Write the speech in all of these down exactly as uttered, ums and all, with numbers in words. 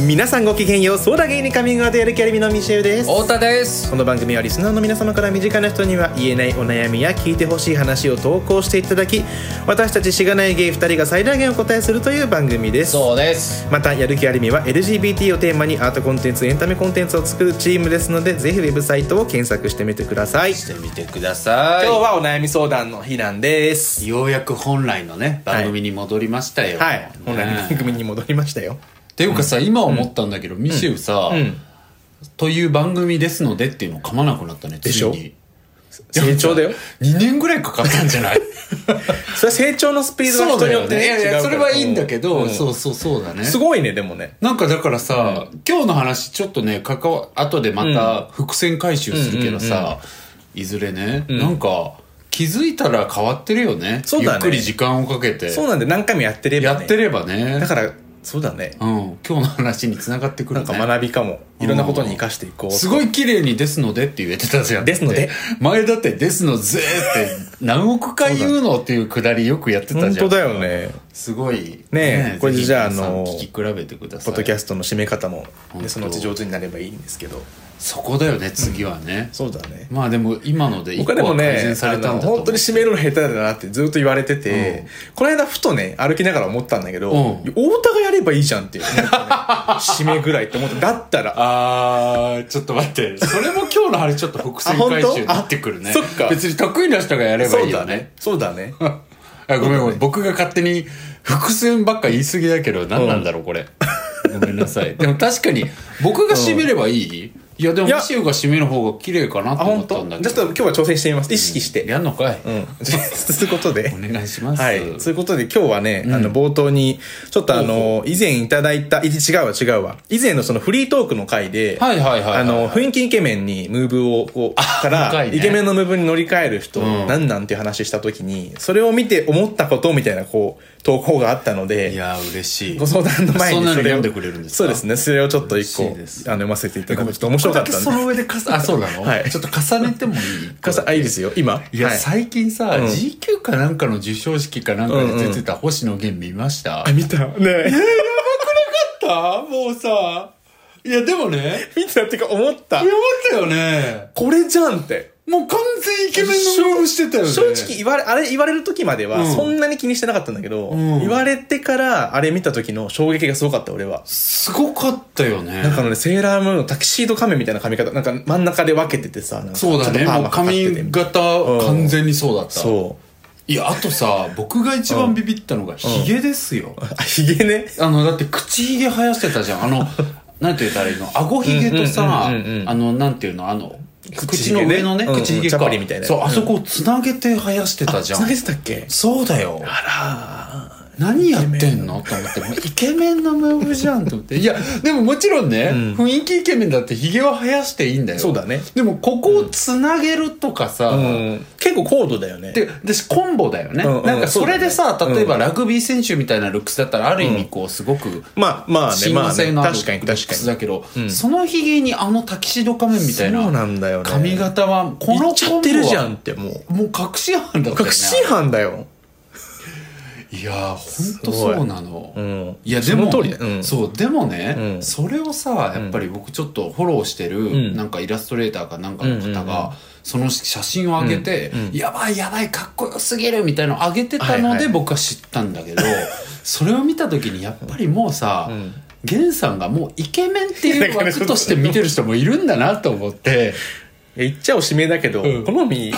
皆さんごきげんよう。ソーダゲイにカミングアウトやる気ありみのミシェルです。 太田です。 この番組はリスナーの皆様から身近な人には言えないお悩みや聞いてほしい話を投稿していただき、私たちしがないゲイふたりが最大限お答えするという番組です。 そうです。 またやる気ありみは エルジービーティー をテーマにアートコンテンツ、エンタメコンテンツを作るチームですので、ぜひウェブサイトを検索してみてください。 してみてください。 今日はお悩み相談の日なんです。 ようやく本来のね番組に戻りましたよ。 はい、はい、本来の番組に戻りましたよ。 っていうかさ、今思ったんだけど、うん、ミシェルさ、うんうん、という番組ですのでっていうのを噛まなくなったね。 でしょ。成長だよ。 にねんぐらいかかったんじゃない？ それは成長のスピードが人によってね、 いやいや、それはいいんだけど、 うん、 そうそうそうだね。 すごいね。でもね、 なんかだからさ、うん、今日の話ちょっとね、関わ後でまた伏線回収するけどさ、うんうんうんうん、いずれね、うん、なんか気づいたら変わってるよね。そうだね。ゆっくり時間をかけて。 そうなんで、何回もやってればね。 やってればね。 だからそうだね、 うん、今日の話に繋がってくるね。 なんか学びかも。いろんなことに生かしていこう。 すごい綺麗にですのでって言えてたじゃん。 ですので前だってですのぜって何億回言うのっていうくだりよくやってたじゃん。 本当だよね。 すごいねえ、ね、これじゃああの聞き比べてください。 ポッドキャストの締め方も、ね、そのうち上手になればいいんですけど。 そこだよね、次はね、うん、 そうだね。 まあでも今ので一個は改善されたんだと思う。 本当に締めるの下手だなってずっと言われてて、うん、この間ふとね歩きながら思ったんだけど、うん、太田がやればいいじゃんっていう、ね、締めぐらいって思って。だったらあーちょっと待って、それも今日の話ちょっと伏線回収になってくるね。 そっか、 別に得意な人がやればいいよね。 そうだね、そうだねあ、ごめんごめん、僕が勝手に伏線ばっか言い過ぎだけど何なんだろうこれ、ごめんなさい。でも確かに僕が締めればいい、うん、いやでもミシェルが締める方が綺麗かなと思ったんだけど。 ちょっと今日は挑戦してみます。意識して、うん、 やんのかい。 うんそういうことでお願いします。 はい、そういうことで今日はね、うん、あの冒頭にちょっとあの以前いただいた、違うわ違うわ以前のそのフリートークの回で、 はいはいはいはい、 あの雰囲気イケメンにムーブをこうから、ね、イケメンのムーブに乗り換える人、うん、なんなんていう話した時に、それを見て思ったことみたいなこう投稿があったので、 いや嬉しい。 ご相談の前にそれを読んでくれるんですか。 そうですね、それをちょっと一個あの読ませていただくと面白かったんで。 その上でかさあそうなの、はい、ちょっと重ねてもいい？ かさあいいですよ今。 いや、 はい、 最近さ、うん、ジーキュー かなんかの授賞式かなんかで出てた星野源見ました？ あ、見たね。えー、やばくなかったもうさ、いやでもね見たってか思った。 思ったよね。 これじゃんって。もう完全イケメンのムーブしてたよね。正直言われ、あれ言われる時まではそんなに気にしてなかったんだけど、うん、言われてからあれ見た時の衝撃がすごかった。俺はすごかったよね。 なんかね、セーラームーンのタキシード仮面みたいな髪型、なんか真ん中で分けててさ、なんかそうだね、もう髪型完全にそうだった、うん、そう。いや、あとさ、僕が一番ビビったのがヒゲですよ。 うんうん、ヒゲね。 あのだって口ヒゲ生やしてたじゃん。あのなんて言ったらいいの、顎ヒゲとさ、あのなんていうの、あの口の上のね、口ひげか、チャップリみたいな。そう、あそこをつなげて生やしてたじゃん。 つなげてたっけ？ そうだよ。 あら、 何やってんのと思って、もうイケメンのムーブじゃんと思って。いやでももちろんね、うん、雰囲気イケメンだってヒゲは生やしていいんだよ。 そうだね。 でもここをつなげるとかさ、うん、 結構高度だよね。 で、私コンボだよね、うんうん、なんかそれでさ、例えばラグビー選手みたいなルックスだったらある意味こうすごく、うん、 まあまあね、 親和性のあるルックスだけど、うん、そのヒゲにあのタキシード仮面みたいな髪型はこのコンボはちゃってるじゃんって、もうもう確信犯だったよね。 確信犯だよ。 いやーほんとそうなの、うん、いやでも、ね、うん、 そうでもね、うん、それをさやっぱり僕ちょっとフォローしてる、うん、なんかイラストレーターかなんかの方が、うんうんうん、その写真を上げて、うんうん、やばいやばいかっこよすぎるみたいなのを上げてたので僕は知ったんだけど、はいはい、それを見た時にやっぱりもうさ、うん、ゲンさんがもうイケメンっていう枠として見てる人もいるんだなと思って言っちゃおしめだけど、うん、好み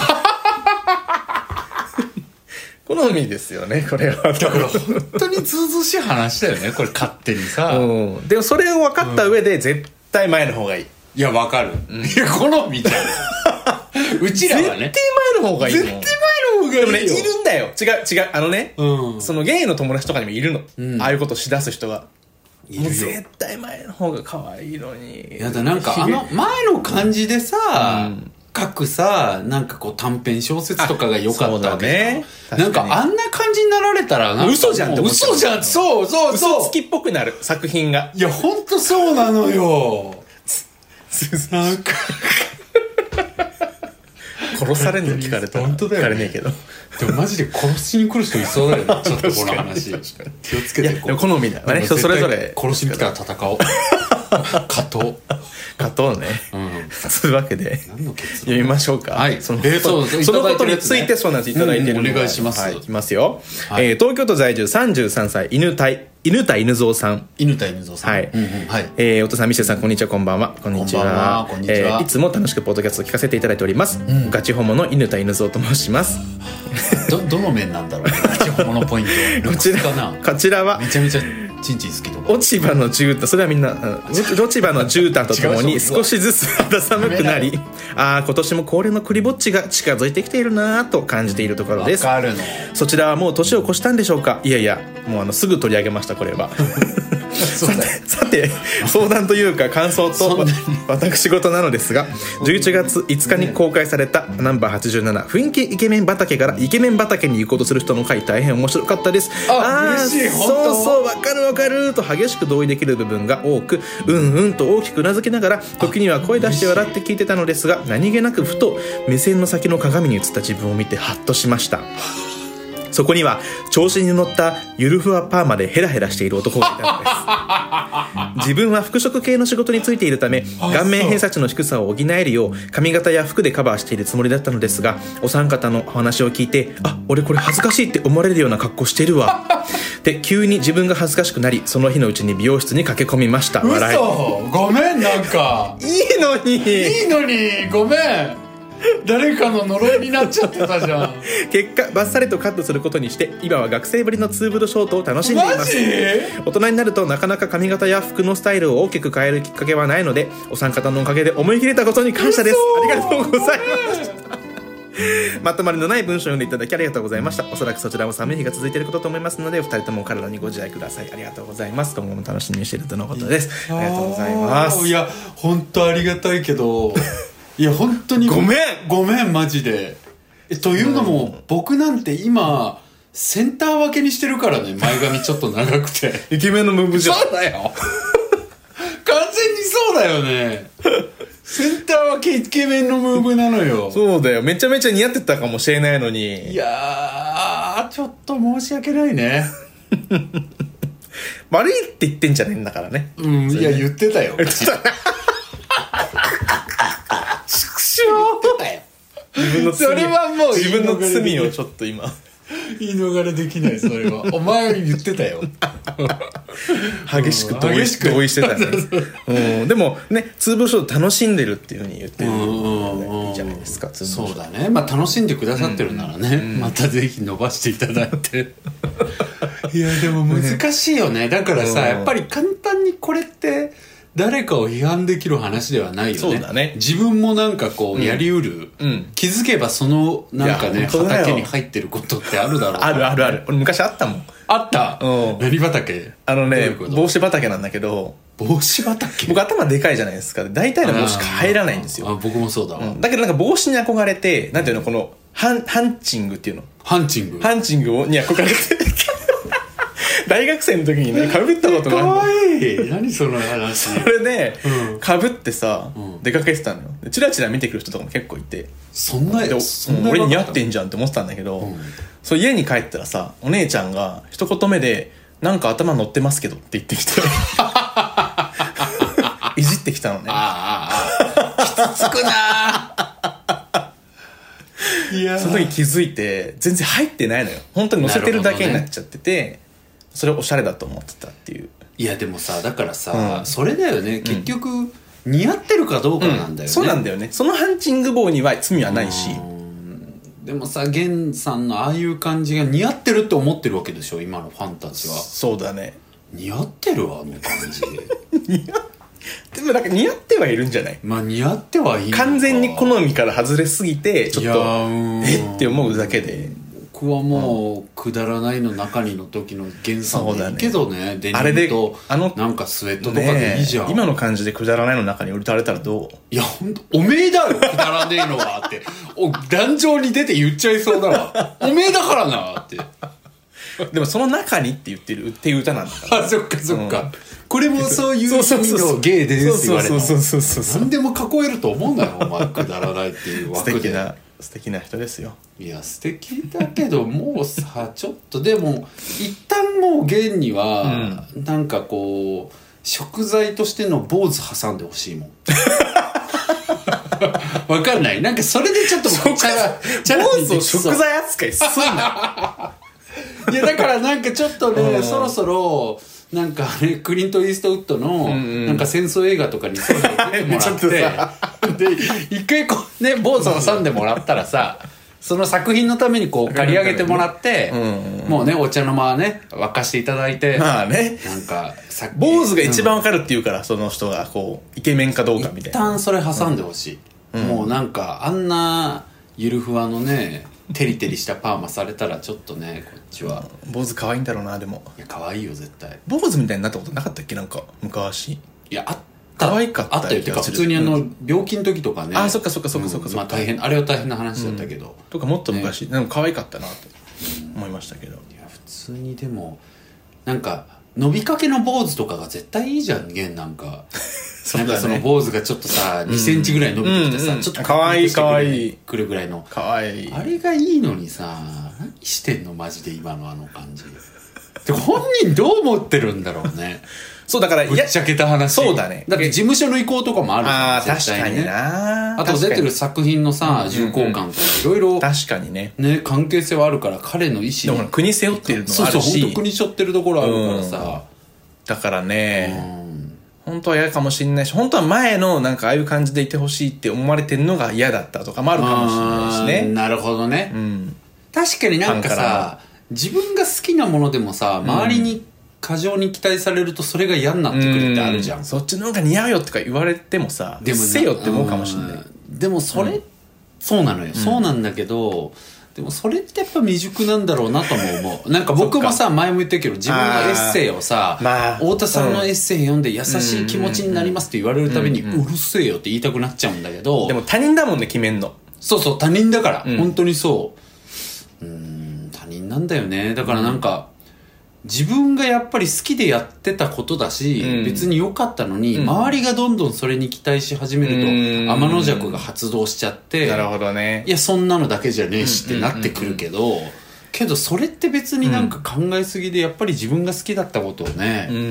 好みですよねこれは。 だから本当にずうずうしい話だよねこれ勝手にさ、 うん、でもそれを分かった上で絶対前の方がいい、うん、 いや分かる、うん、いや好みじゃんうちらはね絶対前の方がいいの。絶対前の方がいいよ。でもね、いるんだよ。違う違う、あのね、うん、そのゲイの友達とかにもいるの、うん、ああいうことをしだす人がいるよ。もう絶対前の方が可愛いのに。 いやだ、なんかあの前の感じでさ、うん、書くさ、なんかこう短編小説とかが良かったわけね。なんかあんな感じになられたらなんか嘘じゃんって思っちゃう。 嘘じゃん。そうそうそう。 嘘つきっぽくなる作品が。 いやほんとそうなのよ。なんか殺されんの聞かれたら本当だよ、ね、 聞かれねえけど。 でもマジで殺しに来る人いそうだよねちょっとこの話気をつけて。いやでも好みだよね、人それぞれ。 殺しに来たら戦おう加藤加藤ね、うん、というわけで何の結論読みましょうか。 はい、 その、 えー、そうそうそのことについてそうなんです、いただいてるので、 うん、お願いします。 はい、いきますよ、 はい、 えー、東京都在住さんじゅうさんさい犬田犬田犬蔵さん。 犬田犬蔵さん。 はい。 うんうん、はい。 えー、お父さん、ミシェさん、こんにちは、こんばんは。 こんにちは。こんにちは。 えー、いつも楽しくポッドキャストを聞かせていただいております。うん、ガチホモの犬田犬蔵と申します。 ど、どの面なんだろう、ガチホモのポイント。 こちら、こちらは、 めちゃめちゃ、チンチン好きとか。 落ち葉の絨毯、それはみんな、落ち葉の絨毯とともに少しずつ肌寒くなり、ああ、今年も恒例のクリぼっちが近づいてきているなと感じているところです。 わかるの。 そちらはもう年を越したんでしょうか。いやいや、もうあのすぐ取り上げました、これは。さて、さて相談というか感想と私事なのですが、じゅういちがついつかに公開されたナンバーはちじゅうなな雰囲気イケメン畑からイケメン畑に行こうとする人の回、大変面白かったです。 ああ、嬉しい。 そうそう、わかるわかると激しく同意できる部分が多く、うんうんと大きくうなずきながら時には声出して笑って聞いてたのですが、何気なくふと目線の先の鏡に映った自分を見てハッとしました。そこには調子に乗ったゆるふわパーマでヘラヘラしている男がいたのです。自分は服飾系の仕事に就いているため、顔面偏差値の低さを補えるよう髪型や服でカバーしているつもりだったのですが、お三方のお話を聞いて、あ、俺これ恥ずかしいって思われるような格好してるわで、急に自分が恥ずかしくなり、その日のうちに美容室に駆け込みました。笑い。 嘘、ごめん、なんかいいのにいいのにごめん、誰かの呪いになっちゃってたじゃん。 結果バッサリとカットすることにして、今は学生ぶりのツーブロショートを楽しんでいます。 マジ？ 大人になるとなかなか髪型や服のスタイルを大きく変えるきっかけはないので、お三方のおかげで思い切れたことに感謝です。ありがとうございましたまとまりのない文章を読んでいただきありがとうございました。おそらくそちらも寒い日が続いていることと思いますので、お二人とも体にご自愛ください。ありがとうございます。今後も楽しみにしているとのことです。ありがとうございます。 いや、本当ありがたいけどいや、本当にごめんごめんマジで。えというのも、僕なんて今センター分けにしてるからね、前髪ちょっと長くてイケメンのムーブじゃん。 そうだよ完全にそうだよねセンター分けイケメンのムーブなのよ。 そうだよ、めちゃめちゃ似合ってたかもしれないのに。 いやー、ちょっと申し訳ないね悪いって言ってんじゃねえんだからね。 うん、いや言ってたよ言ってた自分の罪、 それはもう自分の罪をちょっと今言い逃れできない。それはお前言ってたよ激しく同意し同意してたねうん、でもね、ツーブロショー楽しんでるっていう風に言ってるので、いいじゃないですか。 そうだね、まあ楽しんでくださってるならね、うん、またぜひ伸ばしていただいていやでも難しいよね。だからさ、やっぱり簡単にこれって誰かを批判できる話ではないよね。 そうだね。 自分もなんかこうやりうる、うんうん、気づけばそのなんかね畑に入ってることってあるだろう。 あるあるある。俺昔あったもん。 あった、うん、何畑？ あのね、帽子畑なんだけど。 帽子畑？ 僕頭でかいじゃないですか。大体の帽子入らないんですよ。 ああ、僕もそうだわ、 うん、だけどなんか帽子に憧れて、なんていうの、このハン、ハンチングっていうの、 ハンチングハンチングをに憧れて大学生の時にね、被ったことがあるの。 かわいい。何その話。 それで、うん、被ってさ、うん、出かけてたのよ。チラチラ見てくる人とかも結構いて、 そんな、 そんな俺に似合ってんじゃんって思ってたんだけど、うん、そう家に帰ったらさ、お姉ちゃんが一言目で、なんか頭乗ってますけどって言ってきていじってきたのね。 ああああ、きつくないや、 その時気づいて、全然入ってないのよ。本当に乗せてるだけになっちゃってて、それをおしゃれだと思ってたっていう。 いやでもさ、だからさ、うん、それだよね、結局、うん、似合ってるかどうかなんだよね、うん、 そうなんだよね。そのハンチング帽には罪はないし、 でもさ、ゲンさんのああいう感じが似合ってるって思ってるわけでしょ、今のファンたちは。 そうだね、 似合ってるわ、あの感じ似合でもなんか似合ってはいるんじゃない？ まあ似合ってはいいのか。 完全に好みから外れすぎてちょっとえって思うだけで、 僕はもうくだらないの中にの時のゲンさんでいいけどね、デニムとなんかスウェットとかでいいじゃん、 ね、今の感じでくだらないの中に売られたらどう？ いやほんと、おめえだろくだらねえのはってお壇上に出て言っちゃいそうだわおめえだからなってでもその中にって言ってるっていう歌なんだから、 あ、そっかそっか、うん、これもそういう意味のゲイですって言われた。そうそうそうそう、何でも囲えると思うなよお前、くだらないっていう枠で。 素敵な素敵な人ですよ。 いや素敵だけどもうさちょっとでも一旦もうゲイには、うん、なんかこう食材としての坊主挟んでほしいもん。わかんない。なんかそれでちょっとチャラ、 チャラ坊主を食材扱いすんな。 いやだからなんかちょっとね、そろそろなんかね、クリント・イーストウッドのなんか戦争映画とかにそういうの出てもらってで一回こうね坊主を挟んでもらったらさ、その作品のためにこう借り上げてもらって、もうねお茶の間はね沸かしていただいて、 まあね、 なんか坊主が一番わかるっていうから、その人がこうイケメンかどうかみたいな。 一旦それ挟んでほしい、もうなんかあんなゆるふわのねテリテリしたパーマされたらちょっとねこっちは坊主可愛いんだろうな。でもいや可愛いよ絶対。 坊主みたいになったことなかったっけ、なんか昔。 いやあった可愛かったあったよ。てか普通にあの、うん、病気の時とかね。 あそっかそっかそっかそっか、うん、 まあ大変、あれは大変な話だったけど、うん、 とかもっと昔、ね、なんか可愛かったなって思いましたけど、 いや普通にでもなんか伸びかけの坊主とかが絶対いいじゃんゲン。なんかなんかその坊主がちょっとさ、うん、にセンチぐらい伸びてきてさ、 うんうん、 ちょっと可愛い可愛いくるぐらいの可愛い、 あれがいいのにさ、何してんのマジで今のあの感じで本人どう思ってるんだろうね。 そうだからぶっちゃけた話。 そうだね。 だって事務所の意向とかもあるから絶対にね。あ確かにな。 あと出てる作品のさ、重厚感とかいろいろ確かにね。 ね関係性はあるから彼の意思。 でも国背負ってるのもあるし。 そうそう本当国背負ってるところあるからさ。 うん、だからね。本当は嫌かもしれないし、本当は前のなんかああいう感じでいてほしいって思われてるのが嫌だったとかもあるかもしれないしね。 なるほどね。 うん、 確かになんかさ、自分が好きなものでもさ、周りに過剰に期待されるとそれが嫌になってくるってあるじゃん。 うん、そっちの方が似合うよとか言われてもさ、でもせよって思うかもしれない。 でもそれ、うん、そうなのよ、うん。そうなんだけど、でもそれってやっぱ未熟なんだろうなとも思う。なんか僕もさ前も言ったけど自分のエッセイをさ、まあ、太田さんのエッセイ読んで優しい気持ちになりますって言われるたびに、うるせえよって言いたくなっちゃうんだけど、 でも他人だもんね決めんの。 そうそう他人だから、うん、本当にそううーん他人なんだよね。だからなんか、うん、自分がやっぱり好きでやってたことだし、うん、別に良かったのに、うん、周りがどんどんそれに期待し始めると、うん、天の弱が発動しちゃって、 なるほどね。 いやそんなのだけじゃねえしってなってくるけど、うんうんうんうん、けどそれって別になんか考えすぎで、やっぱり自分が好きだったことをね、うん、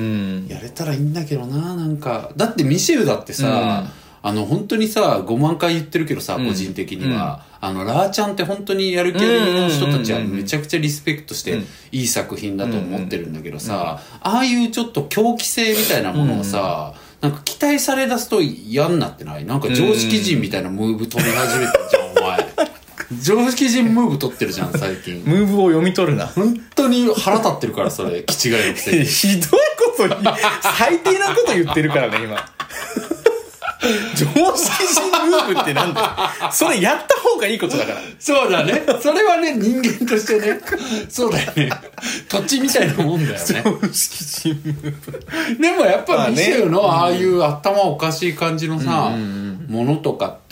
やれたらいいんだけどな。なんかだってミシェルだってさ、うんあの本当にさごまんかい言ってるけどさ、うん、個人的には、うん、あのラーちゃんって本当にやる気の人たちはめちゃくちゃリスペクトしていい作品だと思ってるんだけどさ、うんうんうん、ああいうちょっと狂気性みたいなものをさ、うんうん、なんか期待されだすと嫌になってない？なんか常識人みたいなムーブ取り始めてるじゃん、お前常識人ムーブ取ってるじゃん最近。 ムーブを読み取るな。 本当に腹立ってるからそれ気違いのくせにひどいこと最低なこと言ってるからね今常識人ムーブってなんだよ。それやった方がいいことだから。 そうだね。それはね、人間としてね。そうだよね。土地みたいなもんだよね。 常識人ムーブ。 でもやっぱミシェルのああいう頭おかしい感じのさ、ものとかって、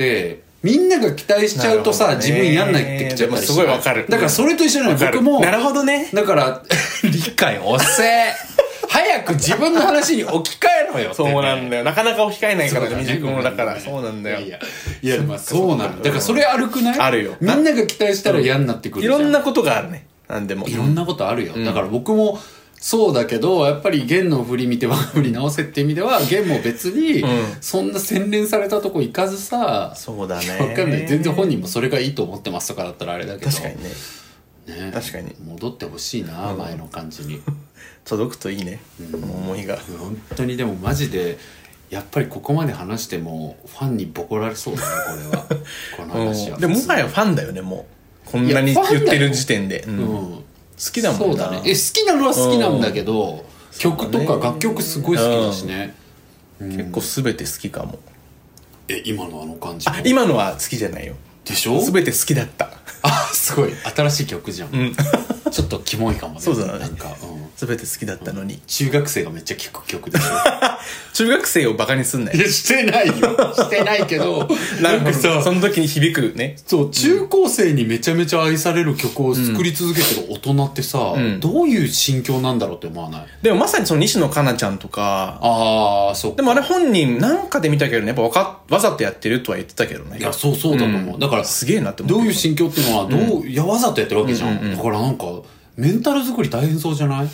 みんなが期待しちゃうとさ、自分やんないってきちゃったりすごいわかる。 だからそれと一緒なの。僕も。 なるほどね。 だから、理解遅え。早く自分の話に置き換えろよって、ね、 そうなんだよ。なかなか置き換えないからね、未熟者だから。そうなんだよ。 いや、いや、まあそうなんだ。だからそれ歩くない？ あるよ。 みんなが期待したら嫌になってくるじゃん。 いろんなことがあるね。なんでも。 いろんなことあるよ。うん、だから僕もそうだけど、やっぱり弦の振り見て我が振り直せって意味では、弦も別に、そんな洗練されたとこ行かずさ、 そうだね。 わかんない。全然本人もそれがいいと思ってますとかだったらあれだけど。 確かにね。 ね、 確かに戻ってほしいな、うん、前の感じに届くといいね、うん、思いが本当に。でもマジでやっぱりここまで話してもファンにボコられそうだねこれはこの話はでももはやファンだよね。もうこんなに言ってる時点で、うんうん、好きだもんな。 そうだね。え好きなのは好きなんだけど、うん、曲とか楽曲すごい好きだしね、 うん、結構全て好きかも。 え今のあの感じ。 あ今のは好きじゃないよ。 でしょ。 全て好きだった。 あすごい新しい曲じゃん、うん、ちょっとキモいかもね。 そうだね。 なんか、うん、 全て好きだったのに、うん、 中学生がめっちゃ聴く曲でしょ中学生をバカにすんなよ。 いやしてないよしてないけどなんかさその時に響くね。 そう中高生にめちゃめちゃ愛される曲を作り続けてる大人ってさ、うん、どういう心境なんだろうって思わない？ でもまさにその西野カナちゃんとか。 ああそう。 でもあれ本人なんかで見たけどね、やっぱわかわざとやってるとは言ってたけどね。 いやそうそうだと思う、うん、だからすげえなって思う。 どういう心境っていうのはどう、うん、いやわざとやってるわけじゃん、うんうんうん、だからなんかメンタル作り大変そうじゃない？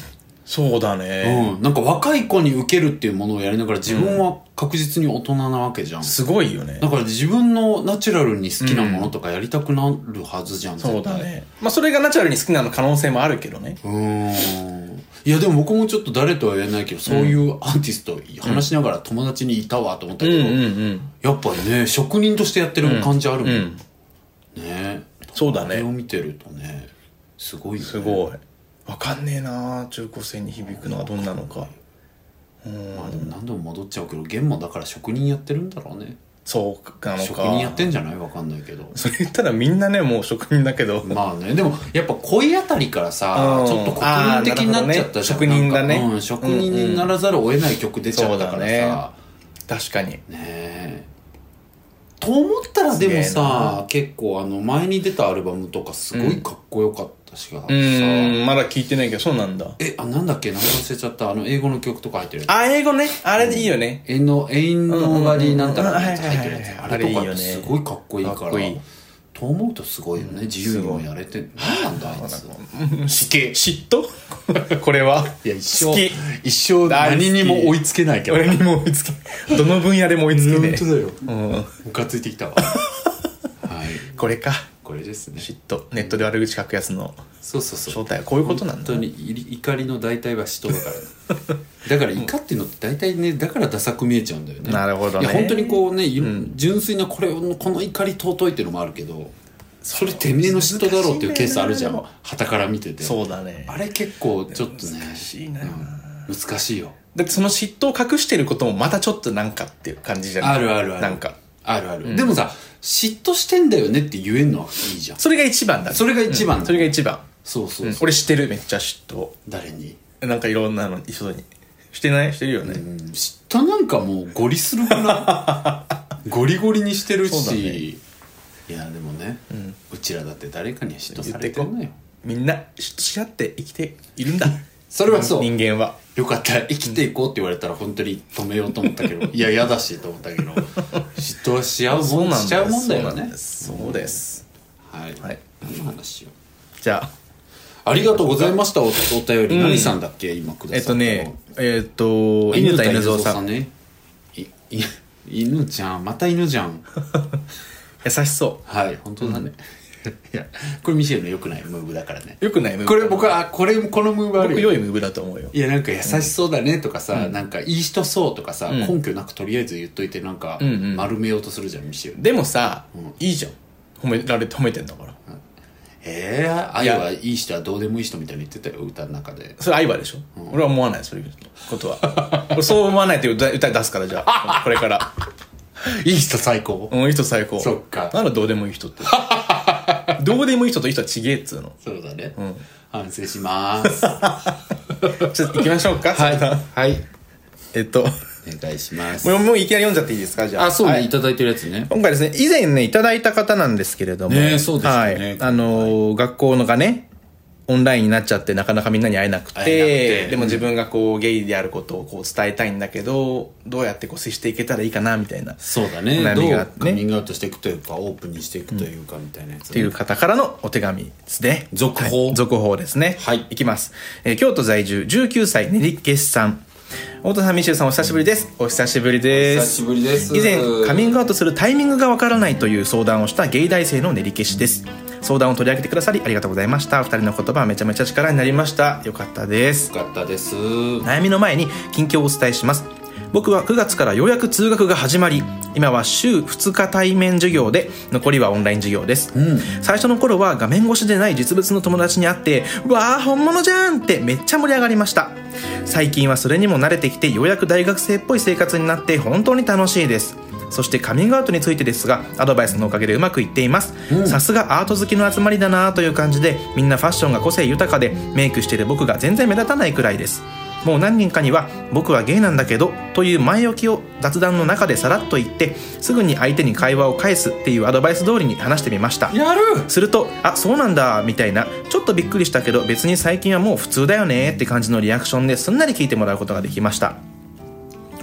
そうだね、 うん、なんか若い子に受けるっていうものをやりながら自分は確実に大人なわけじゃん、うん、 すごいよね。 だから自分のナチュラルに好きなものとかやりたくなるはずじゃん、 うん、そうだね。まあそれがナチュラルに好きなの可能性もあるけどね。 うーん、いやでも僕もちょっと誰とは言えないけど、そういうアーティスト話しながら友達にいたわと思ったけど、うんうんうん、やっぱね職人としてやってる感じあるもん、うんうん、ね。 そうだね。 あれを見てるとねすごいよね。 すごいわかんねえな、中高生に響くのはどんなのか。 うん、まあでも何度も戻っちゃうけど、弦もだから職人やってるんだろうね。 そうなのか。 職人やってんじゃない？わかんないけど。 それ言ったらみんなねもう職人だけど。 まあね、でもやっぱ恋あたりからさ、うん、ちょっと国民的になっちゃったじゃん、ね、職人だね、うん、職人にならざるを得ない曲出ちゃったからさ、うんうんね、 確かにねえと思ったらでもさ、結構あの前に出たアルバムとかすごいかっこよかったしがさ、うん、 まだ聞いてないけどそうなんだ。 え、あ、なんだっけ、名前忘れちゃった。あの英語の曲とか入ってるやつ。 あ、英語ね、あれでいいよね。 エンノエインノガリなんたらのやつ入ってるやつ。あれとかってすごいかっこいいから、と思うとすごいよね。自由にもやれて、何なんだあいつ。 嫉妬これは。 いや、一生一生何にも追いつけないけど。 俺にも追いつけどの分野でも追いつけない。 本当だよ、ムカついてきたわ。はい、 これか、 これですね。 嫉妬、ネットで悪口書くやつのそうそうそう、 正体はこういうことなんだ。 本当に怒りの大体は嫉妬だからだから怒っていうのって大体ね、だからダサく見えちゃうんだよね。 なるほどね。 いや本当にこうね、うん、純粋なこれこの怒り尊いっていうのもあるけど、それてめえの嫉妬だろうっていうケースあるじゃん、旗から見てて。 そうだね。 あれ結構ちょっとね難しいな、うん、 難しいよ。 だってその嫉妬を隠してることもまたちょっとなんかっていう感じじゃない。 あるあるある、 なんかあるある、うん、でもさ、嫉妬してんだよねって言えんのはいいじゃん。 それが一番だ、ね、 それが一番だ、 うん、それが一番。 そうそうそう、うん、 俺知ってる、めっちゃ嫉妬。 誰に？ なんかいろんなの人にしてない？してるよね、うん、 嫉妬なんかもうゴリするくないゴリゴリにしてるし、ね、いやでもね、うん、うちらだって誰かには嫉妬されてるのよ。 みんな嫉妬し合って生きているんだそれはそう、 人間は。 よかったら生きていこうって言われたら本当に止めようと思ったけどいや嫌だしと思ったけど嫉妬はし合うもんしちゃうもんだよね。 そうです、 はい、はい、何の話よ。 じゃあありがとうございました。 お, お便り、うん、何さんだっけ今くださったの。 えっとねえっ、ー、と犬田犬蔵さんね。いい犬ちゃん、また犬じゃん優しそう。 はい、本当だね、うん、いやこれミシェルの良くないムーブだからね。 良くないムーブ。 これ僕はこれこのムーブあるよ。 僕良いムーブだと思うよ。 いやなんか優しそうだねとかさ、うん、なんかいい人そうとかさ、うん、根拠なくとりあえず言っといてなんか丸めようとするじゃん、うんうん、ミシェル。でもさ、うん、いいじゃん、褒められて褒めてんだから。 えー、愛はいい人はどうでもいい人みたいに言ってたよ、歌の中で。 それ愛はでしょ、うん、俺は思わない、そういうことは俺そう思わないって歌歌出すから、じゃあこれからいい人最高。 うん、いい人最高。 そっか。 ならどうでもいい人ってどうでもいい人といい人はちげえっつうの。 そうだね、うん、反省しますちょっと行きましょうか。 はいはい、 えっとお願いします。 もう、もういきなり読んじゃっていいですか？じゃあ。 あ、そうね、 はい、 いただいてるやつね。 今回ですね、以前ね、いただいた方なんですけれども。 ね、そうですね。はい。 あのーはい、学校のがね、オンラインになっちゃってなかなかみんなに会えなくて、会えなくて、でも自分がこう、ゲイであることをこう伝えたいんだけど、どうやってこう接していけたらいいかな、みたいな。 そうだね。悩みがあってね。どうカミングアウトしていくというか、オープンにしていくというか、みたいなやつ、ね。 っていう方からのお手紙ですね。 続報、 はい、続報ですね。はい。いきます。えー、京都在住じゅうきゅうさい練り消しさん。太田さん、ミシェルさん、お久しぶりです。お久しぶりです。 お久しぶりです。 以前カミングアウトするタイミングがわからないという相談をしたゲイ大生の練り消しです。相談を取り上げてくださりありがとうございました。ふたりの言葉はめちゃめちゃ力になりました。よかったです。 よかったです。 悩みの前に近況をお伝えします。僕はくがつからようやく通学が始まり、今は週ふつか対面授業で残りはオンライン授業です、うん、最初の頃は画面越しでない実物の友達に会って、わー本物じゃんってめっちゃ盛り上がりました。最近はそれにも慣れてきて、ようやく大学生っぽい生活になって本当に楽しいです。そしてカミングアウトについてですが、アドバイスのおかげでうまくいっています。さすがアート好きの集まりだなという感じで、みんなファッションが個性豊かで、メイクしている僕が全然目立たないくらいです。もう何人かには僕はゲイなんだけどという前置きを雑談の中でさらっと言って、すぐに相手に会話を返すっていうアドバイス通りに話してみました。 やる。 すると、あ、そうなんだみたいな、ちょっとびっくりしたけど別に最近はもう普通だよねって感じのリアクションですんなり聞いてもらうことができました。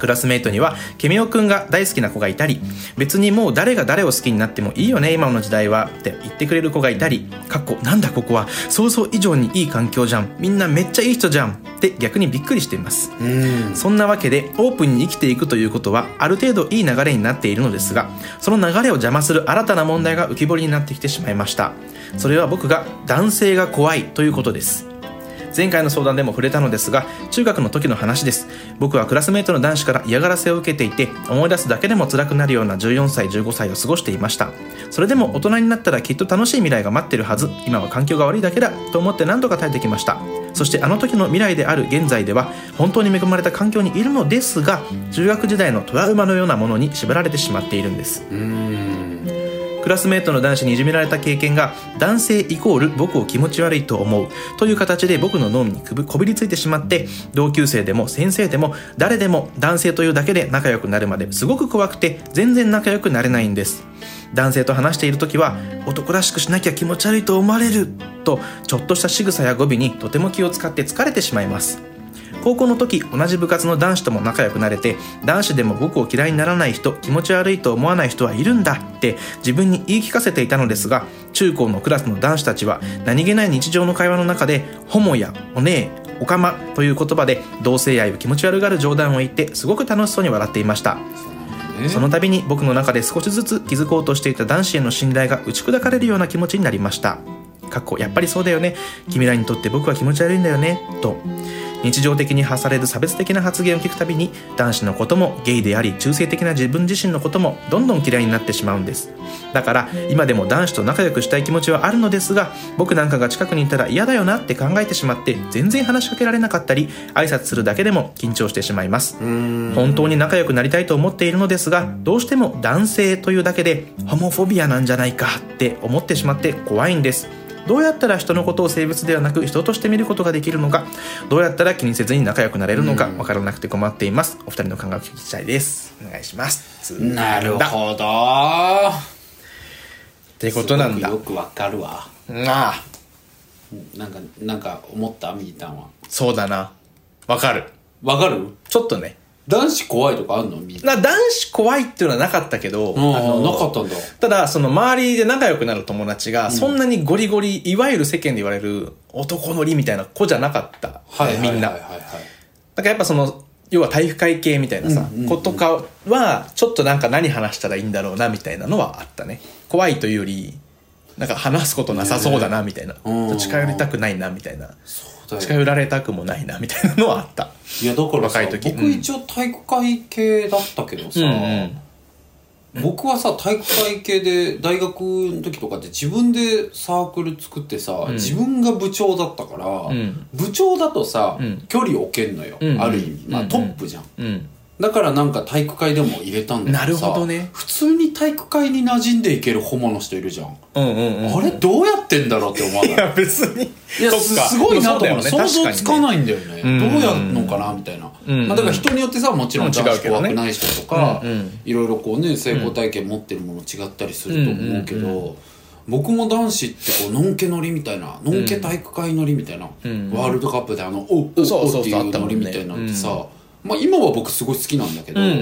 クラスメイトにはケミオくんが大好きな子がいたり、別にもう誰が誰を好きになってもいいよね今の時代はって言ってくれる子がいたり、かっこなんだここは想像以上にいい環境じゃん、みんなめっちゃいい人じゃんって逆にびっくりしています。 うんそんなわけでオープンに生きていくということはある程度いい流れになっているのですが、その流れを邪魔する新たな問題が浮き彫りになってきてしまいました。それは僕が男性が怖いということです。前回の相談でも触れたのですが、中学の時の話です。僕はクラスメイトの男子から嫌がらせを受けていて、思い出すだけでも辛くなるようなじゅうよんさいじゅうごさいを過ごしていました。それでも大人になったらきっと楽しい未来が待ってるはず、今は環境が悪いだけだと思って何とか耐えてきました。そしてあの時の未来である現在では本当に恵まれた環境にいるのですが、中学時代のトラウマのようなものに縛られてしまっているんです。 うーんクラスメートの男子にいじめられた経験が男性イコール僕を気持ち悪いと思うという形で僕の脳にこびりついてしまって、同級生でも先生でも誰でも男性というだけで仲良くなるまですごく怖くて全然仲良くなれないんです。男性と話している時は男らしくしなきゃ気持ち悪いと思われるとちょっとした仕草や語尾にとても気を使って疲れてしまいます。高校の時同じ部活の男子とも仲良くなれて、男子でも僕を嫌いにならない人、気持ち悪いと思わない人はいるんだって自分に言い聞かせていたのですが、中高のクラスの男子たちは何気ない日常の会話の中でホモやお姉、おかまという言葉で同性愛を気持ち悪がる冗談を言ってすごく楽しそうに笑っていました。その度に僕の中で少しずつ気づこうとしていた男子への信頼が打ち砕かれるような気持ちになりました。かっこやっぱりそうだよね、君らにとって僕は気持ち悪いんだよねと。日常的に発される差別的な発言を聞くたびに、男子のこともゲイであり中性的な自分自身のこともどんどん嫌いになってしまうんです。だから今でも男子と仲良くしたい気持ちはあるのですが、僕なんかが近くにいたら嫌だよなって考えてしまって全然話しかけられなかったり、挨拶するだけでも緊張してしまいます。本当に仲良くなりたいと思っているのですが、どうしても男性というだけでホモフォビアなんじゃないかって思ってしまって怖いんです。どうやったら人のことを生物ではなく人として見ることができるのか、どうやったら気にせずに仲良くなれるのか分からなくて困っています。お二人の考えを聞きたいです。お願いします。 なるほどってことなんだ。 すごくよくわかるわ。 ああ、 なんかなんか思ったみーたんは。 そうだな、わかるわかる。 ちょっとね、 男子怖いとかあんのみーたん。 な男子怖いっていうのはなかったけど、 あのなかったんだ。 ただその周りで仲良くなる友達がそんなにゴリゴリ、いわゆる世間で言われる男のりみたいな子じゃなかった、 はい、 みんな。 はいはいはいはい、 だからやっぱその要は体育会系みたいなさ、 うんうんうん、 子とかはちょっとなんか何話したらいいんだろうなみたいなのはあったね。怖いというよりなんか話すことなさそうだなみたいな、ね、近寄りたくないなみたいな、近寄られたくもないなみたいなのはあった。 いやだからさ、 若い時僕一応体育会系だったけどさ、うんうん、僕はさ体育会系で大学の時とかって自分でサークル作ってさ、うん、自分が部長だったから、うん、部長だとさ、うん、距離置けんのよ、うん、ある意味、まあ、トップじゃん、うんうん、だからなんか体育会でも入れたんだけどさ、 なるほどね、 普通に体育会に馴染んでいけるホモの人いるじゃん、 うんうんうん、 あれどうやってんだろうって思わない？ いや別にいやすごいなと思う、ね、想像つかないんだよね、 ね、 どうやるのかなみたいな、うんうん、まあ、だから人によってさもちろん男子怖くない人とか、うんうん、いろいろこうね成功体験持ってるもの違ったりすると思うけど、うんうんうん、僕も男子ってこうのんけ乗りみたいな、のんけ体育会乗りみたいな、うん、ワールドカップであのおおおっていう乗りみたいなのってさ、まあ、今は僕すごい好きなんだけど、うんうん、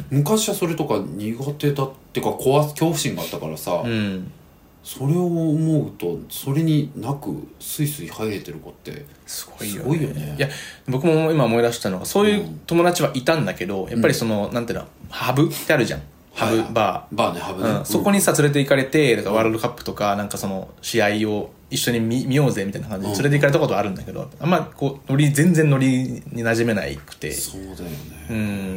昔はそれとか苦手だっていうか怖恐怖心があったからさ、うん、それを思うとそれになくスイスイ入れてる子ってすごいよ ね, ごいよね。 いや僕も今思い出したのがそういう友達はいたんだけど、やっぱりその、うん、なんていうのハブってあるじゃん、ハブバー、 バーね、ハブね、 うん、そこにさ連れて行かれて、だからワールドカップとかなんかその試合を一緒に 見, 見ようぜみたいな感じで連れて行かれたことはあるんだけど、あんまこうノリ全然ノリに馴染めないくて、 そうだよね、 うん、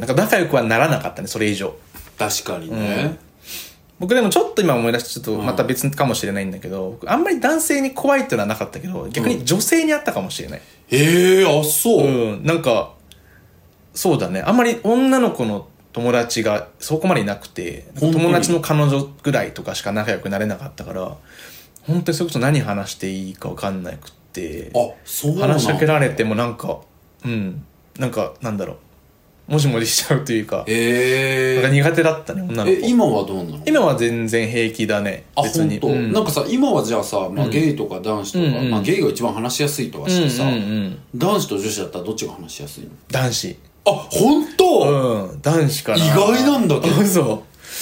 なんか仲良くはならなかったね、それ以上。 確かにね、うん、 僕でもちょっと今思い出してちょっとまた別かもしれないんだけど、うん、あんまり男性に怖いっていうのはなかったけど逆に女性にあったかもしれない。 へ、うん、えー、あそう、 うん、なんかそうだね、あんまり女の子の友達がそこまでいなくて、友達の彼女ぐらいとかしか仲良くなれなかったから、本当にそれこそ何話していいか分かんなくて、 あ、そうなんだ。 話しかけられてもなんかうんなんかなんだろう、もじもじしちゃうというか、 えー、 なんか苦手だったね女の子。 え今はどうなの？ 今は全然平気だね。 あ、 別に。 本当、うん、なんかさ今はじゃあさ、まあ、ゲイとか男子とか、うんうん、まあ、ゲイが一番話しやすいとはしてさ、うんうんうん、男子と女子だったらどっちが話しやすいの？ 男子。 あ、本当？ うん。男子から。 意外なんだけど。 そう。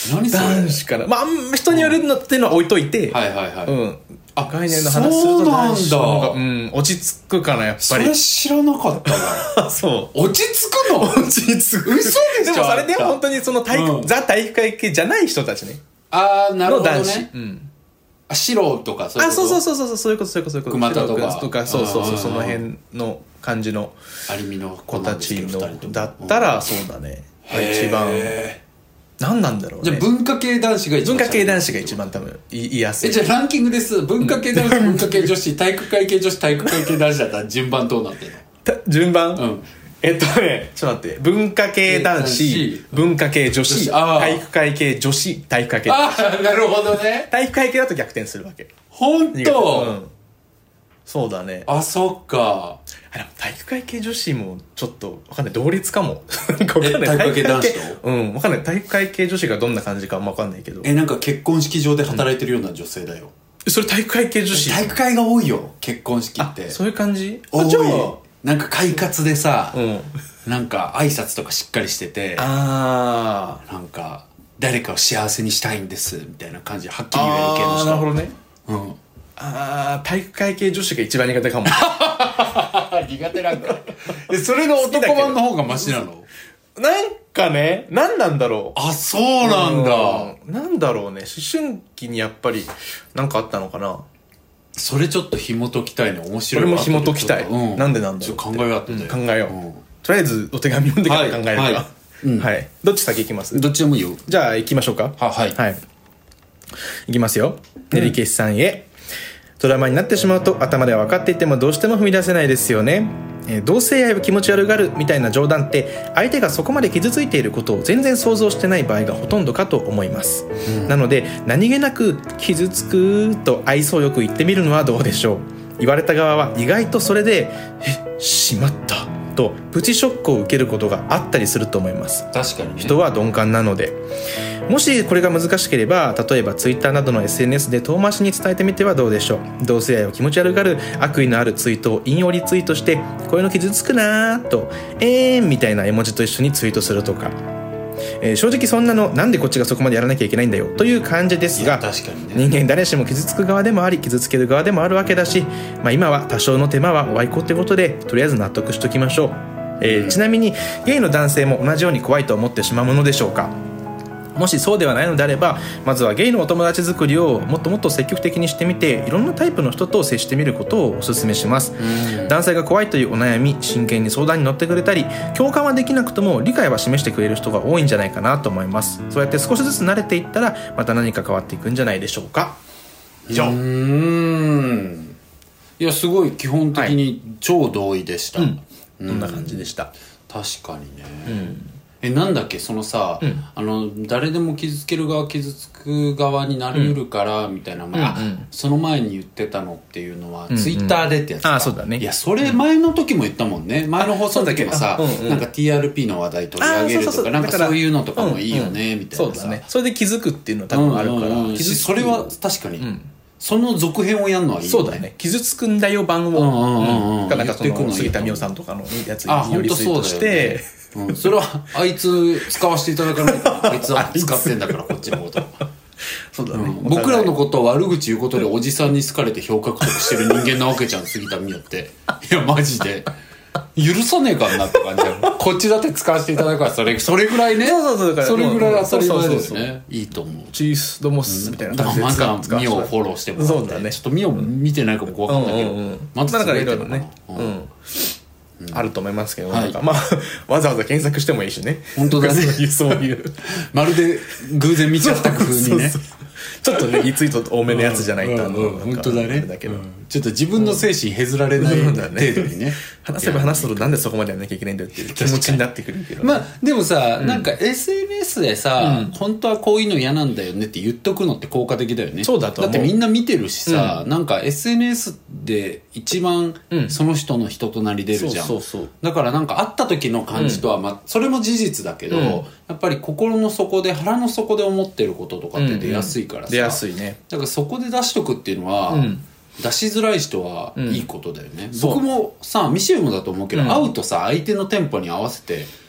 何それ？ 男子から。まあ、あんま人によるのっていうのは置いといて。 はいはいはい。 うん。 あ、 概念の話すると男子の方が、 そうなんだ。うん。落ち着くかな、やっぱり。 それ知らなかったな。 そう。 落ち着くの？ 落ち着く。 嘘でしょ？ でもそれで本当にその体育、 うん、 ザ体育会系じゃない人たちね。 あー、なるほどね。 の男子。うん。 あ、白とかそういうこと。 あ、そうそうそうそう、そういうこと、そういうこと、そういうこと。 熊田とか。 とか、そうそうそう、その辺の感じの有見の子たちの、だったら、そうだね。一番、何なんだろうね。 じゃあ文化系男子が一番。 文化系男子が一番多分言いやすい。 え、じゃあランキングです。文化系男子、文化系女子、体育会系女子、体育会系男子だったら順番どうなってんの？ 順番？ うん。 えっとね、ちょっと待って。文化系男子、文化系女子、体育会系女子、体育会系。 ああ、なるほどね。 体育会系だと逆転するわけ。 ほんと？ うん。そうだね。 あ、そっか。 あ、でも体育会系女子もちょっとわかんない。同率かも。 え、体育会系男子と？ うん、わかんない。体育会系女子がどんな感じかもわかんないけど。 え、なんか結婚式場で働いてるような女性だよ。 うん、それ体育会系女子？ 体育会が多いよ、結婚式って。 そういう感じ？ 多い。なんか快活でさ、 うん、 なんか挨拶とかしっかりしてて、 あー、なんか誰かを幸せにしたいんですみたいな感じではっきり言える系の人。 あー、なるほどね。 うん。 あー、体育会系女子が一番苦手かも。 苦手なんか。え、それの男版の方がマシなの？ なんかね、なんなんだろう。 あ、そうなんだ。 うん、なんだろうね。思春期にやっぱりなんかあったのかな。 それちょっと紐解きたいね。面白い。 俺も紐解きたい。 うん、 なんでなんだろう。 ちょっと考えようって、 うん、考えよう、うん。とりあえずお手紙読んでから考えるか。 はい。はいうん、はい、どっち先行きます？ どっちでもいいよ。 じゃあ行きましょうか。 は、はい。 はい。行きますよ。練り消しさんへ。トラウマになってしまうと頭では分かっていてもどうしても踏み出せないですよね。えー、同性愛を気持ち悪がるみたいな冗談って相手がそこまで傷ついていることを全然想像してない場合がほとんどかと思います、うん、なので何気なく傷つくと愛想よく言ってみるのはどうでしょう。言われた側は意外とそれでえしまったとプチショックを受けることがあったりすると思います。 確かに、ね、 人は鈍感なので。もしこれが難しければ例えばツイッターなどの エスエヌエス で遠回しに伝えてみてはどうでしょう。同性愛を気持ち悪がる悪意のあるツイートを引用リツイートしてこういうの傷つくなーとえーんみたいな絵文字と一緒にツイートするとか、えー、正直そんなのなんでこっちがそこまでやらなきゃいけないんだよという感じですが、 確かに、ね、 人間誰しも傷つく側でもあり傷つける側でもあるわけだし、まあ、今は多少の手間はおあいこってことでとりあえず納得しときましょう。えー、ちなみにゲイの男性も同じように怖いと思ってしまうものでしょうか。もしそうではないのであればまずはゲイのお友達作りをもっともっと積極的にしてみていろんなタイプの人と接してみることをお勧めします。男性が怖いというお悩み真剣に相談に乗ってくれたり共感はできなくとも理解は示してくれる人が多いんじゃないかなと思います。そうやって少しずつ慣れていったらまた何か変わっていくんじゃないでしょうか。以上。うーん、いやすごい基本的に超同意でした、はい、 うん、どんな感じでした？ 確かにね、 うん、 えなんだっけそのさ、うん、あの誰でも傷つける側傷つく側になりうるから、うん、みたいな、まあ、うんうん、その前に言ってたのっていうのは、うんうん、ツイッターでってやつか。 あ、そうだね。 いやそれ前の時も言ったもんね。前の放送の時もさ、うんうん、なんか ティーアールピー の話題取り上げるとか、そうそうそう、なんかそういうのとかもいいよね、うんうん、みたいなさ。 そうだね。それで気づくっていうのは多分あるから、うんうんうん、 それは確かに、うん、その続編をやるのはいいよね。 そうだね。傷つくんだよ版を、うんうんうん、なんかその杉田美桜さんとかのやつによりツイートして、 うん、それはあいつ使わせていただかないとあいつは使ってんだからこっちのことそうだね、 うん、僕らのことを悪口言うことでおじさんに好かれて評価獲得してる人間なわけじゃん杉田美桜って。いやマジで許さねえかなって感じだよこっちだって使わせていただくからそれそれぐらいね。 そうそうそう、だからそれぐらい当たり前ですね。いいと思う。 チースドモスみたいな感じで使う。まずはミオをフォローしてもらって。 そうだね。 ちょっとミオ見てないか僕分かんないけど、うんうんうん、 まずだからいろいろね、うんうんうん、あると思いますけど、はい、なんかまあわざわざ検索してもいいしね。 本当だね。 そういうそういうまるで偶然見ちゃった風にね。そうそうそう、 ちょっとねリツイート多めのやつじゃないと、 うんうん、本当だね。 だけど、うん、 ちょっと自分の精神削られない程度にね、 話せば話すとなんでそこまでやんなきゃいけないんだよっていう気持ちになってくるけど、ね、 まあでもさ、うん、なんか エスエヌエス でさ、うん、本当はこういうの嫌なんだよねって言っとくのって効果的だよね。 そうだと思う。 だってみんな見てるしさ、うん、なんか エスエヌエス で一番その人の人となり出るじゃん、 そうそうそう。 だからなんか会った時の感じとは、まあ、それも事実だけど、うん、やっぱり心の底で腹の底で思ってることとかって出やすいからさ、 うんうん、出やすいね。 だからそこで出しとくっていうのは、うん、出しづらい人はいいことだよね、うん、僕もさミシェルもだと思うけど、うん、会うとさ相手のテンポに合わせて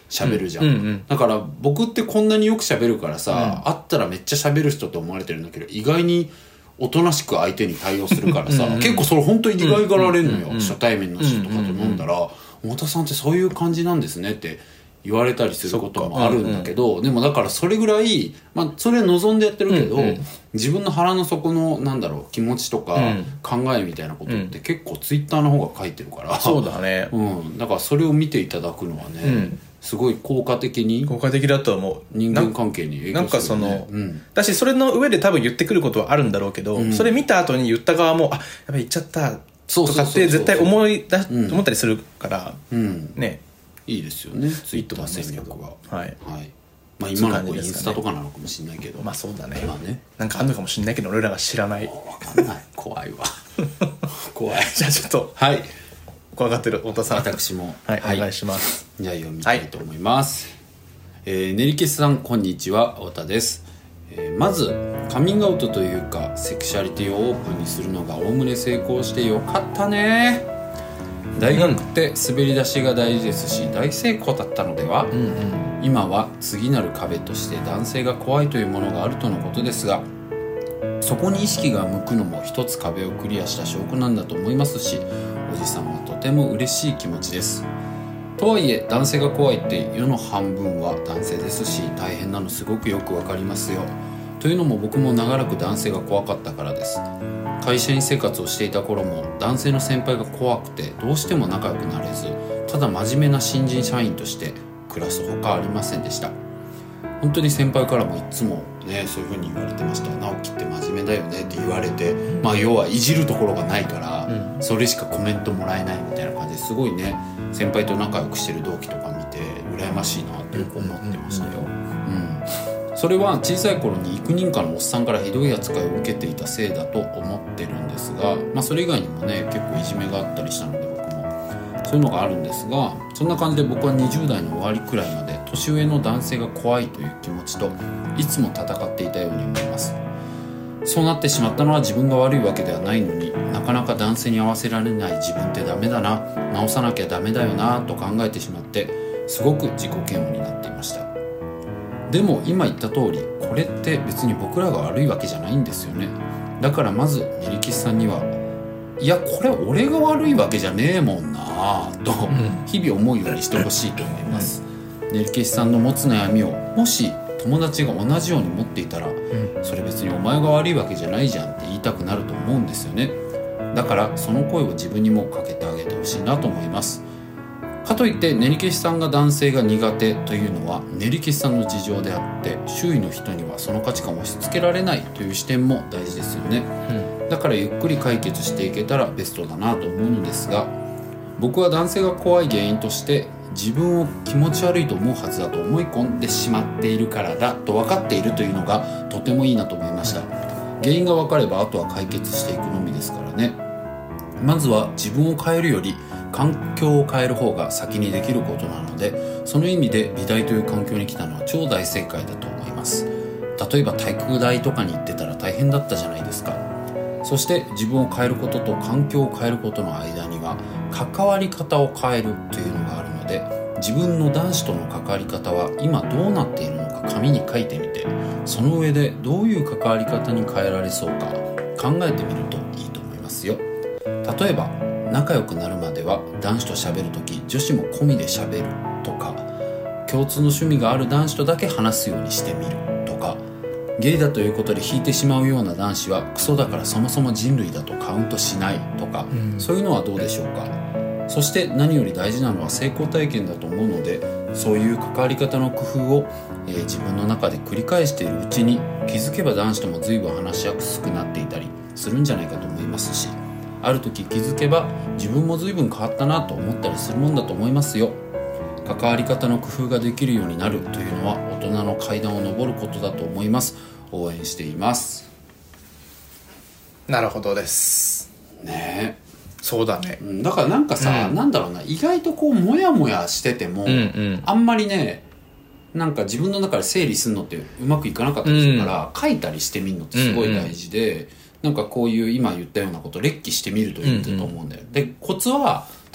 喋るじゃん、 うんうんうん、 だから僕ってこんなによく喋るからさ、うん、会ったらめっちゃ喋る人と思われてるんだけど意外におとなしく相手に対応するからさうん、うん、結構それ本当に意外がられるのよ、うんうん、初対面の人とかと飲んだら、うんうんうん、太田さんってそういう感じなんですねって言われたりすることもあるんだけど、うんうん、でもだからそれぐらい、まあ、それは望んでやってるけど、うんうん、自分の腹の底のなんだろう気持ちとか考えみたいなことって結構ツイッターの方が書いてるから、うん、 そうだね、 うん、だからそれを見ていただくのはね、うん、すごい効果的に効果的だと思う。 人間関係に影響する、ね、 なんかその、うん、だしそれの上で多分言ってくることはあるんだろうけど、うん、それ見た後に言った側もあやっぱり言っちゃったとかって絶対思い出し、うん、思ったりするから、うん、ねいいですよねツイッター戦略は。はい、はい、まあ今の子インスタとかなのかもしれないけど、 まあそうだね、 まあねなんかあんのかもしれないけど俺らが知らない。 分かんない怖いわ怖いじゃあちょっとはい怖がってる太田さん私もはい、はい、お願いします。 じゃあ読みたいと思います、はいえー、ねりけさんこんにちは太田です、えー、まずカミングアウトというかセクシャリティをオープンにするのがおおむね成功してよかったね。大学って滑り出しが大事ですし大成功だったのでは、うんうん、今は次なる壁として男性が怖いというものがあるとのことですがそこに意識が向くのも一つ壁をクリアした証拠なんだと思いますしおじさんはとても嬉しい気持ちです。とはいえ男性が怖いって世の半分は男性ですし大変なのすごくよくわかりますよ。というのも僕も長らく男性が怖かったからです。会社員生活をしていた頃も男性の先輩が怖くてどうしても仲良くなれずただ真面目な新人社員として暮らすほかありませんでした。本当に先輩からもいつもねそういう風に言われてました。直樹って真面目だよねって言われて、まあ要はいじるところがないから、うん、それしかコメントもらえないみたいな感じですごいね先輩と仲良くしてる同期とか見て羨ましいなってよく思ってましたよ。うん、それは小さい頃に幾人かのおっさんからひどい扱いを受けていたせいだと思ってるんですが、まあ、それ以外にもね結構いじめがあったりしたので僕もそういうのがあるんですがそんな感じで僕はにじゅう代の終わりくらいまで年上の男性が怖いという気持ちといつも戦っていたように思います。そうなってしまったのは自分が悪いわけではないのになかなか男性に合わせられない自分ってダメだな直さなきゃダメだよなと考えてしまってすごく自己嫌悪になっていました。でも今言った通りこれって別に僕らが悪いわけじゃないんですよね。だからまずねりきさんにはいやこれ俺が悪いわけじゃねえもんなと日々思うようにしてほしいと思います。ねりきさんの持つ悩みをもし友達が同じように持っていたら、うん、それ別にお前が悪いわけじゃないじゃんって言いたくなると思うんですよね。だからその声を自分にもかけてあげてほしいなと思います。かといってねりけしさんが男性が苦手というのはねりけしさんの事情であって周囲の人にはその価値観を押し付けられないという視点も大事ですよね、うん、だからゆっくり解決していけたらベストだなと思うのですが僕は男性が怖い原因として自分を気持ち悪いと思うはずだと思い込んでしまっているからだと分かっているというのがとてもいいなと思いました。原因が分かればあとは解決していくのみですからね。まずは自分を変えるより環境を変える方が先にできることなのでその意味で美大という環境に来たのは超大正解だと思います。例えば体育大とかに行ってたら大変だったじゃないですか。そして自分を変えることと環境を変えることの間には関わり方を変えるというのがあるので自分の男子との関わり方は今どうなっているのか紙に書いてみてその上でどういう関わり方に変えられそうか考えてみるといいと思いますよ。例えば仲良くなるまでは男子と喋るとき女子も込みで喋るとか共通の趣味がある男子とだけ話すようにしてみるとかゲイだということで引いてしまうような男子はクソだからそもそも人類だとカウントしないとか、うん、そういうのはどうでしょうか。そして何より大事なのは成功体験だと思うのでそういう関わり方の工夫を、えー、自分の中で繰り返しているうちに気づけば男子とも随分話しやすくなっていたりするんじゃないかと思いますしある時気づけば自分も随分変わったなと思ったりするもんだと思いますよ。関わり方の工夫ができるようになるというのは大人の階段を上ることだと思います。応援しています。 なるほどですねえそうだね。 だからなんかさ、うん、なんだろうな意外とこうモヤモヤしてても、うんうん、あんまりねなんか自分の中で整理するのってうまくいかなかったりするから、うん、書いたりしてみるのってすごい大事で、うんうん、なんかこういう今言ったようなことを列記してみるといいと思うんだよ、うんうん、でコツは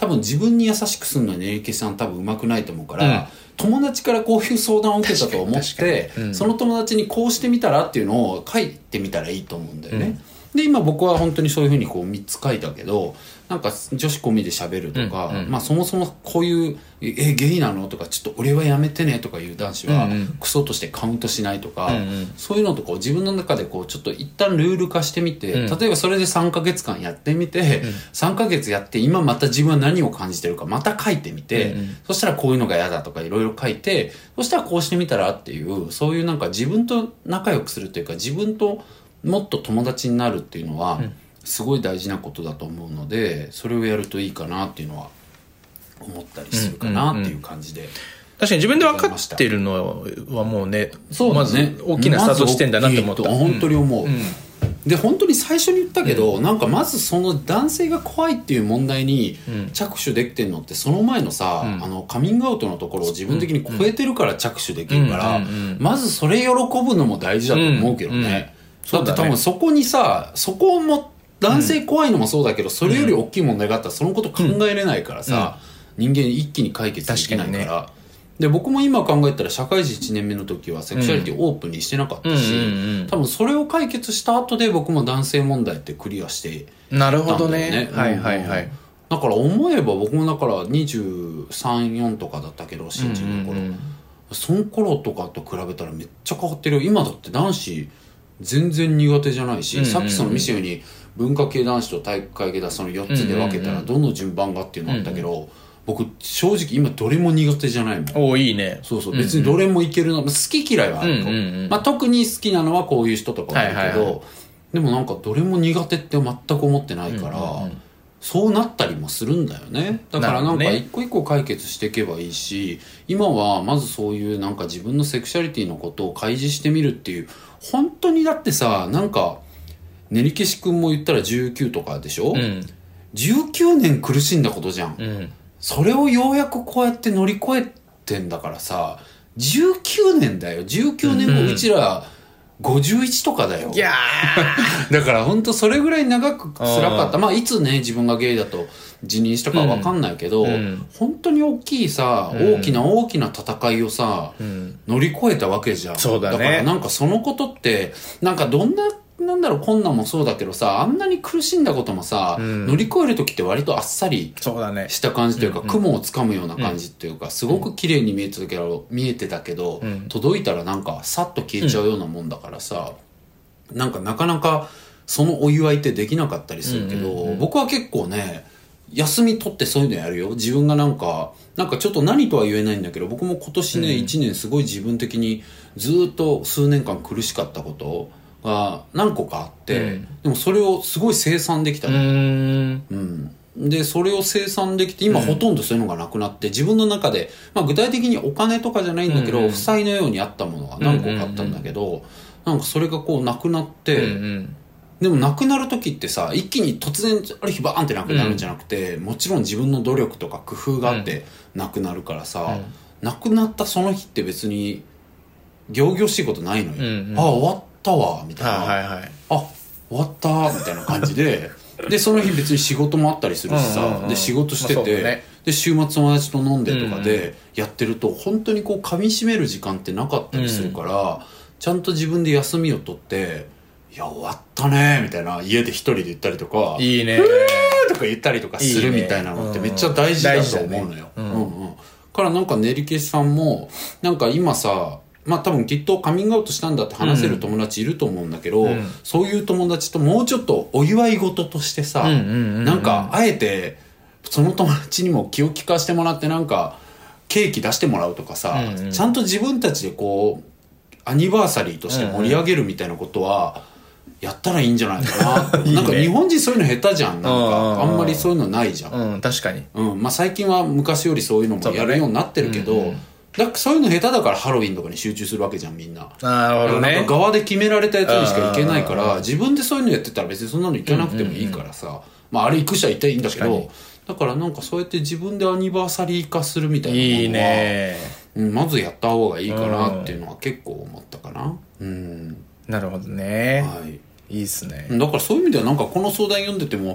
多分自分に優しくするのに練り消しさん多分うまくないと思うから、うん、友達からこういう相談を受けたと思って、うん、その友達にこうしてみたらっていうのを書いてみたらいいと思うんだよね、うん、で今僕は本当にそういうふうにこうみっつ書いたけど、なんか女子込みで喋るとか、うんうん、まあそもそもこういうえゲイなのとかちょっと俺はやめてねとかいう男子はクソとしてカウントしないとか、うんうん、そういうのとかを自分の中でこうちょっと一旦ルール化してみて、うん、例えばそれでさんかげつかんやってみて、うん、さんかげつやって今また自分は何を感じてるかまた書いてみて、うんうん、そしたらこういうのが嫌だとかいろいろ書いて、そしたらこうしてみたらっていう、そういうなんか自分と仲良くするというか自分ともっと友達になるっていうのは、うんすごい大事なことだと思うので、それをやるといいかなっていうのは思ったりするかなっていう感じで、うんうんうん、 確かに自分で分かってるのはもうね、そうね、まず大きなスタート地点だなって思った、 ま、本当に思う、うんうん、で本当に最初に言ったけど、うん、なんかまずその男性が怖いっていう問題に着手できてるのってその前のさ、うん、あのカミングアウトのところを自分的に超えてるから着手できるから、うんうんうんうん、まずそれ喜ぶのも大事だと思うけどね、うんうん、だって多分そこにさ、そこをも男性怖いのもそうだけど、それより大きい問題があったらそのこと考えれないからさ、うん、人間一気に解決できないから、ね、で僕も今考えたら社会人いちねんめの時はセクシャリティオープンにしてなかったし、うんうんうんうん、多分それを解決した後で僕も男性問題ってクリアしてたんだよね。なるほどね、うん、はいはいはい。だから思えば僕もだからにじゅうさん、よんとかだったけど新人の頃、うんうんうん、その頃とかと比べたらめっちゃ変わってるよ。今だって男子全然苦手じゃないし、うんうんうん、さっきそのミシェルに文化系男子と体育会系だそのよっつで分けたらどの順番がっていうのあったけど、うんうんうん、僕正直今どれも苦手じゃないもん。 おいいね。 そうそう、別にどれもいけるの、好き嫌いはあると、うんうんうん、まあ、特に好きなのはこういう人とかあるけど、はいはいはい、でもなんかどれも苦手って全く思ってないから、うんうんうん、そうなったりもするんだよね。だからなんか一個一個解決していけばいいし、今はまずそういうなんか自分のセクシャリティのことを開示してみるっていう、本当にだってさ、なんか練り消し君も言ったらじゅうきゅうとかでしょ、うん、じゅうきゅうねん苦しんだことじゃん、うん、それをようやくこうやって乗り越えてんだからさ、じゅうきゅうねんだよ。じゅうきゅうねんごうちらごじゅういちとかだよ。いやだから本当それぐらい長く辛かった。まあいつね自分がゲイだと辞任したかは分かんないけど、うん、本当に大きいさ、うん、大きな大きな戦いをさ、うん、乗り越えたわけじゃん。そうだね。だからなんかそのことってなんかどんななんだろう、困難もそうだけどさ、あんなに苦しんだこともさ、うん、乗り越える時って割とあっさりした感じというか、う、ね、雲をつかむような感じっていうか、うん、すごく綺麗に見えてたけど、見えてたけど、うん、届いたらなんかさっと消えちゃうようなもんだからさ、うん、なんかなかなかそのお祝いってできなかったりするけど、うんうんうん、僕は結構ね休み取ってそういうのやるよ。自分がなんかなんかちょっと何とは言えないんだけど、僕も今年ね、うん、いちねんすごい自分的にずっと数年間苦しかったことが何個かあって、うん、でもそれをすごい清算できたの、うんうん、でそれを清算できて今ほとんどそういうのがなくなって、自分の中で、まあ、具体的にお金とかじゃないんだけど、うんうん、負債のようにあったものが何個かあったんだけど、うんうんうん、なんかそれがこうなくなって、うんうん、でもなくなる時ってさ、一気に突然ある日バーンってなくなるんじゃなくて、うん、もちろん自分の努力とか工夫があってなくなるからさ、うん、なくなったその日って別に仰々しいことないのよ、うんうん、ああ終わったわみたいな、はいはいはい、あ終わったみたいな感じででその日別に仕事もあったりするしさ、うんうんうん、で仕事してて、まあね、で週末友達と飲んでとかでやってると、うんうん、本当にこう噛み締める時間ってなかったりするから、うん、ちゃんと自分で休みを取っていや終わったねみたいな家で一人で言ったりとかいいねとか言ったりとかするみたいなのってめっちゃ大事だと思うのよ、うんうんうん、からなんか練り消しさんもなんか今さ、まあ多分きっとカミングアウトしたんだって話せる友達いると思うんだけど、うん、そういう友達ともうちょっとお祝い事としてさ、うんうんうんうん、なんかあえてその友達にも気を利かしてもらってなんかケーキ出してもらうとかさ、うんうん、ちゃんと自分たちでこうアニバーサリーとして盛り上げるみたいなことはやったらいいんじゃないかな。いいね、なんか日本人そういうの下手じゃん。なんかあんまりそういうのないじゃん。うん、確かに。うん、まあ最近は昔よりそういうのもやるようになってるけど、ね、だからそういうの下手だからハロウィンとかに集中するわけじゃんみんな。なるほどね。なんか側で決められたやつにしか行けないから、自分でそういうのやってたら別にそんなの行かなくてもいいからさ、うんうんうん、まああれ行く人は行ったらいいんだけど、だからなんかそうやって自分でアニバーサリー化するみたいなのは、いいね、うん、まずやった方がいいかなっていうのは結構思ったかな。うん。なるほどね。はい。いいっすね。だからそういう意味ではなんかこの相談読んでても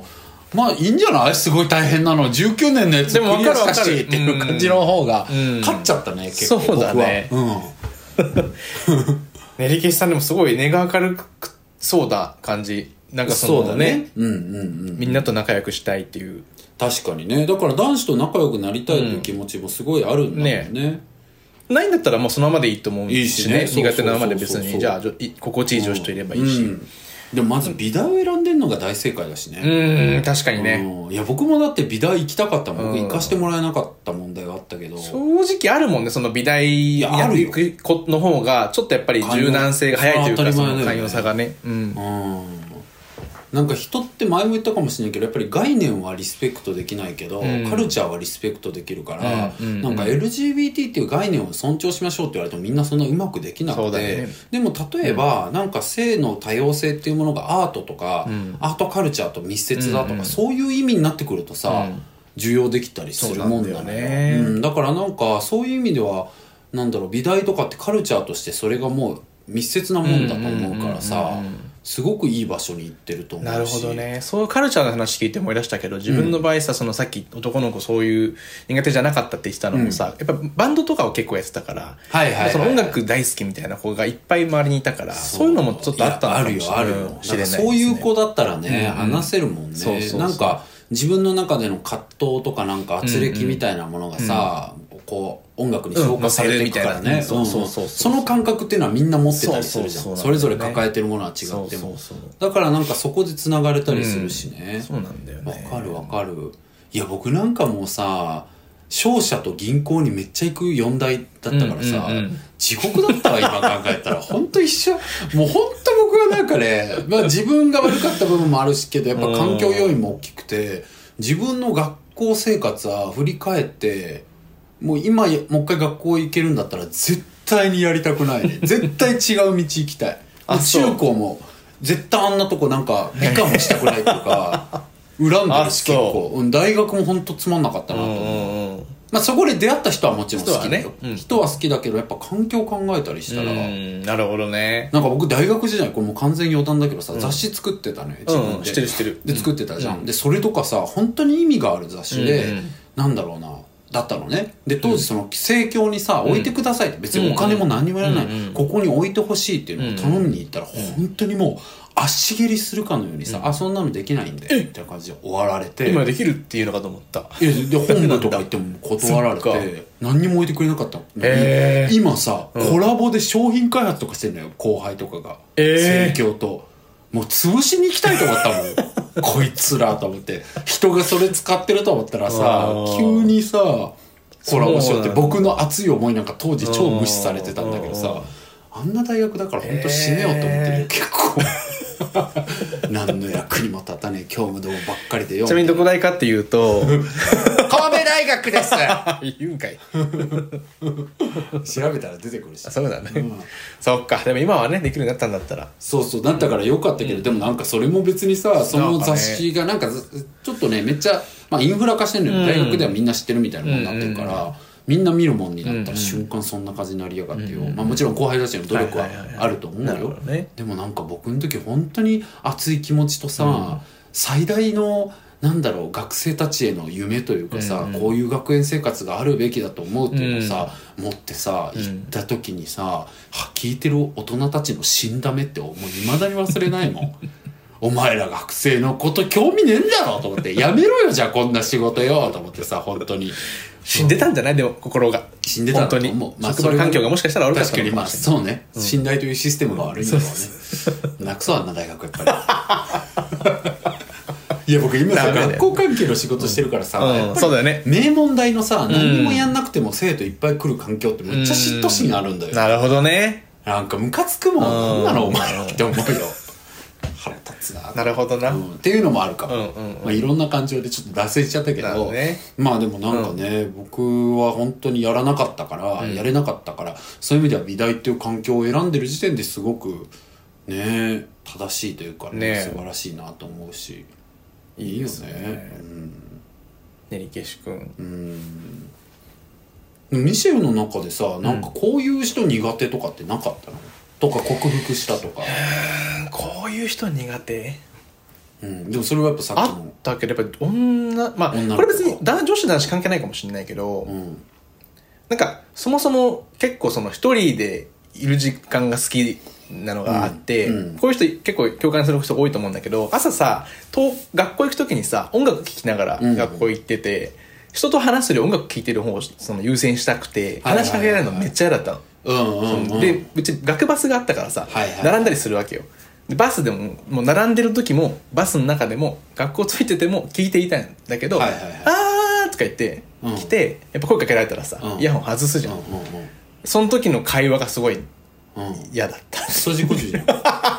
まあいいんじゃない？すごい大変なのじゅうきゅうねんのやつクリアしたしっていう感じの方が勝っちゃったね、うん、結構そうだね、 僕は、 うん、練り消しさんでもすごい根が明るくそうな感じ、なんかその ね, そうだね、うんうんうん、みんなと仲良くしたいっていう。 確かにね、だから男子と仲良くなりたいという気持ちもすごいあるんだもんね、うんね、 ないんだったらもうそのままでいいと思うしね、 いいしね、 苦手なままで別にじゃあ心地いい女子といればいいし、うんうん、 でもまず美大を選んでんのが大正解だしね。 うん、確かにね、 うん、いや僕もだって美大行きたかったもん、僕行かしてもらえなかった問題があったけど、 正直あるもんね、その美大やる子の方がちょっとやっぱり柔軟性が早いというか、その寛容さがね、うん、うんなんか人って前も言ったかもしれないけど、やっぱり概念はリスペクトできないけど、うん、カルチャーはリスペクトできるから、うんうんうん、なんか エルジービーティー っていう概念を尊重しましょうって言われてもみんなそんなうまくできなくて、ね、でも例えば、うん、なんか性の多様性っていうものがアートとか、うん、アートカルチャーと密接だとか、うんうん、そういう意味になってくるとさ、うん、受容できたりするもんだね、うん、だからなんかそういう意味ではなんだろう、美大とかってカルチャーとしてそれがもう密接なもんだと思うからさ、うんうんうんうん、すごくいい場所に行ってると思うし。 なるほどね。そういうカルチャーの話聞いて思い出したけど、自分の場合さ、そのさっき男の子そういう苦手じゃなかったって言ってたのもさ、うん、やっぱバンドとかを結構やってたから、 はいはいはい、 その音楽大好きみたいな子がいっぱい周りにいたから、そういうのもちょっとあったのかもしれない。 あるよあるよ。そういう子だったらね、うんうん、話せるもんね。そうそうそう、なんか自分の中での葛藤とかなんか圧力みたいなものがさ、うんうん、こう音楽に消化されていくからね、その感覚っていうのはみんな持ってたりするじゃん。そうそうそう、それぞれ抱えてるものは違っても、そうそうそう、だからなんかそこでつながれたりするしね、 うん、そうなんだよね。 わかるわかる。いや僕なんかもうさ、商社と銀行にめっちゃ行くよん大だったからさ、うんうんうん、地獄だったわ今考えたら。本当一緒。もう本当僕はなんかね、まあ自分が悪かった部分もあるしけど、やっぱ環境要因も大きくて、自分の学校生活は振り返って、もう今もう一回学校行けるんだったら絶対にやりたくないね。絶対違う道行きたい。あ、中高も絶対あんなとこなんか理科もしたくないとか恨んでるし結構、うん、大学も本当つまんなかったなと思う、うんうん、まあそこで出会った人はもちろん好きだよ、人はね、うん、人は好きだけどやっぱ環境考えたりしたら、うん、 なるほどね。 なんか僕大学時代これもう完全に余談だけどさ、うん、雑誌作ってたね自分で、うん、 してるしてるで作ってたじゃん、うん、でそれとかさ本当に意味がある雑誌で、うんうん、なんだろうなだったのね。で当時その生協にさ、うん、置いてくださいって別にお金も何にもやらない、うんうん、ここに置いてほしいっていうのを頼みに行ったら、うん、本当にもう足蹴りするかのようにさ、うん、あそんなのできないんでみたいな感じで終わられて、 今できるっていうのかと思った。 いやで本部とか行っても断られて何にも置いてくれなかったのに、今さ、うん、コラボで商品開発とかしてるのよ後輩とかが、生協ともう潰しに行きたいと思ったもんこいつらと思って、人がそれ使ってると思ったらさ急にさコラボしようって僕の熱い思いなんか当時超無視されてたんだけどさ、あんな大学だから本当死ねようと思ってるよ結構何の役にも立たねえ教務道ばっかりでよ。 ちなみにどこ大かっていうと神戸大学です言うんかい調べたら出てくるし。 そうだね、うん、そっか。でも今はねできるようになったんだったらそうそうだったからよかったけど、うん、でもなんかそれも別にさその雑誌がなんかちょっとねめっちゃ、まあ、インフラ化してるのよ、うん、大学ではみんな知ってるみたいなものになってるから、うんうん、みんな見るもんになったら瞬間そんな感じになりやがってよ、うんうん、まあ、もちろん後輩たちの努力はあると思うよ、はいはいはいはい、でもなんか僕の時本当に熱い気持ちとさ、うん、最大のなんだろう学生たちへの夢というかさ、うんうん、こういう学園生活があるべきだと思うっていうのをさ、うん、持ってさ行った時にさ、は聞いてる大人たちの死んだ目ってもう未だに忘れないもんお前ら学生のこと興味ねえんだろと思ってやめろよじゃあこんな仕事よと思ってさ本当に死んでたんじゃないでも心が死んでたんだと思う。 本当に、まあ、職場環境がもしかしたら悪かったのかもしれない。 確かにまあそうね、うん、信頼というシステムが悪いんだろうねなくそうあんな大学やっぱりいや僕今さ学校関係の仕事してるからさ、 うんうん、そうだよね名門大のさ何にもやんなくても生徒いっぱい来る環境ってめっちゃ嫉妬心あるんだよ、 うん、なるほどね。 なんかムカつくもん、なんなのお前らって思うよ腹立つな。 なるほどな、 うん、っていうのもあるかも、うんうんうん、まあ、いろんな感情でちょっと脱線しちゃったけど、ね、まあでもなんかね、うん、僕は本当にやらなかったから、うん、やれなかったからそういう意味では美大っていう環境を選んでる時点ですごくね正しいというか ね, ね素晴らしいなと思うしいいよ ね, いいね、うん、 練り消しくん、 うん、ミシェルの中でさなんかこういう人苦手とかってなかったの、とか克服したとか。 こういう人苦手うん、でもそれはやっぱさっきのあったけどやっぱり女まあ女これ別に男女子男子関係ないかもしれないけど、うん、なんかそもそも結構その一人でいる時間が好きなのがあって、うんうん、こういう人結構共感する人多いと思うんだけど、朝さと学校行く時にさ音楽聴きながら学校行ってて、うん、人と話すより音楽聴いてる方をその優先したくて話しかけられるのめっちゃ嫌だったの。うんうんうん、でうち学バスがあったからさ、はいはい、並んだりするわけよ。でバスでももう並んでる時もバスの中でも学校ついてても聞いていたんだけど、はいはいはい、あーとか言って、うん、来てやっぱ声かけられたらさ、うん、イヤホン外すじゃん、うんうんうん、その時の会話がすごい嫌だった。 クソ自己中じゃん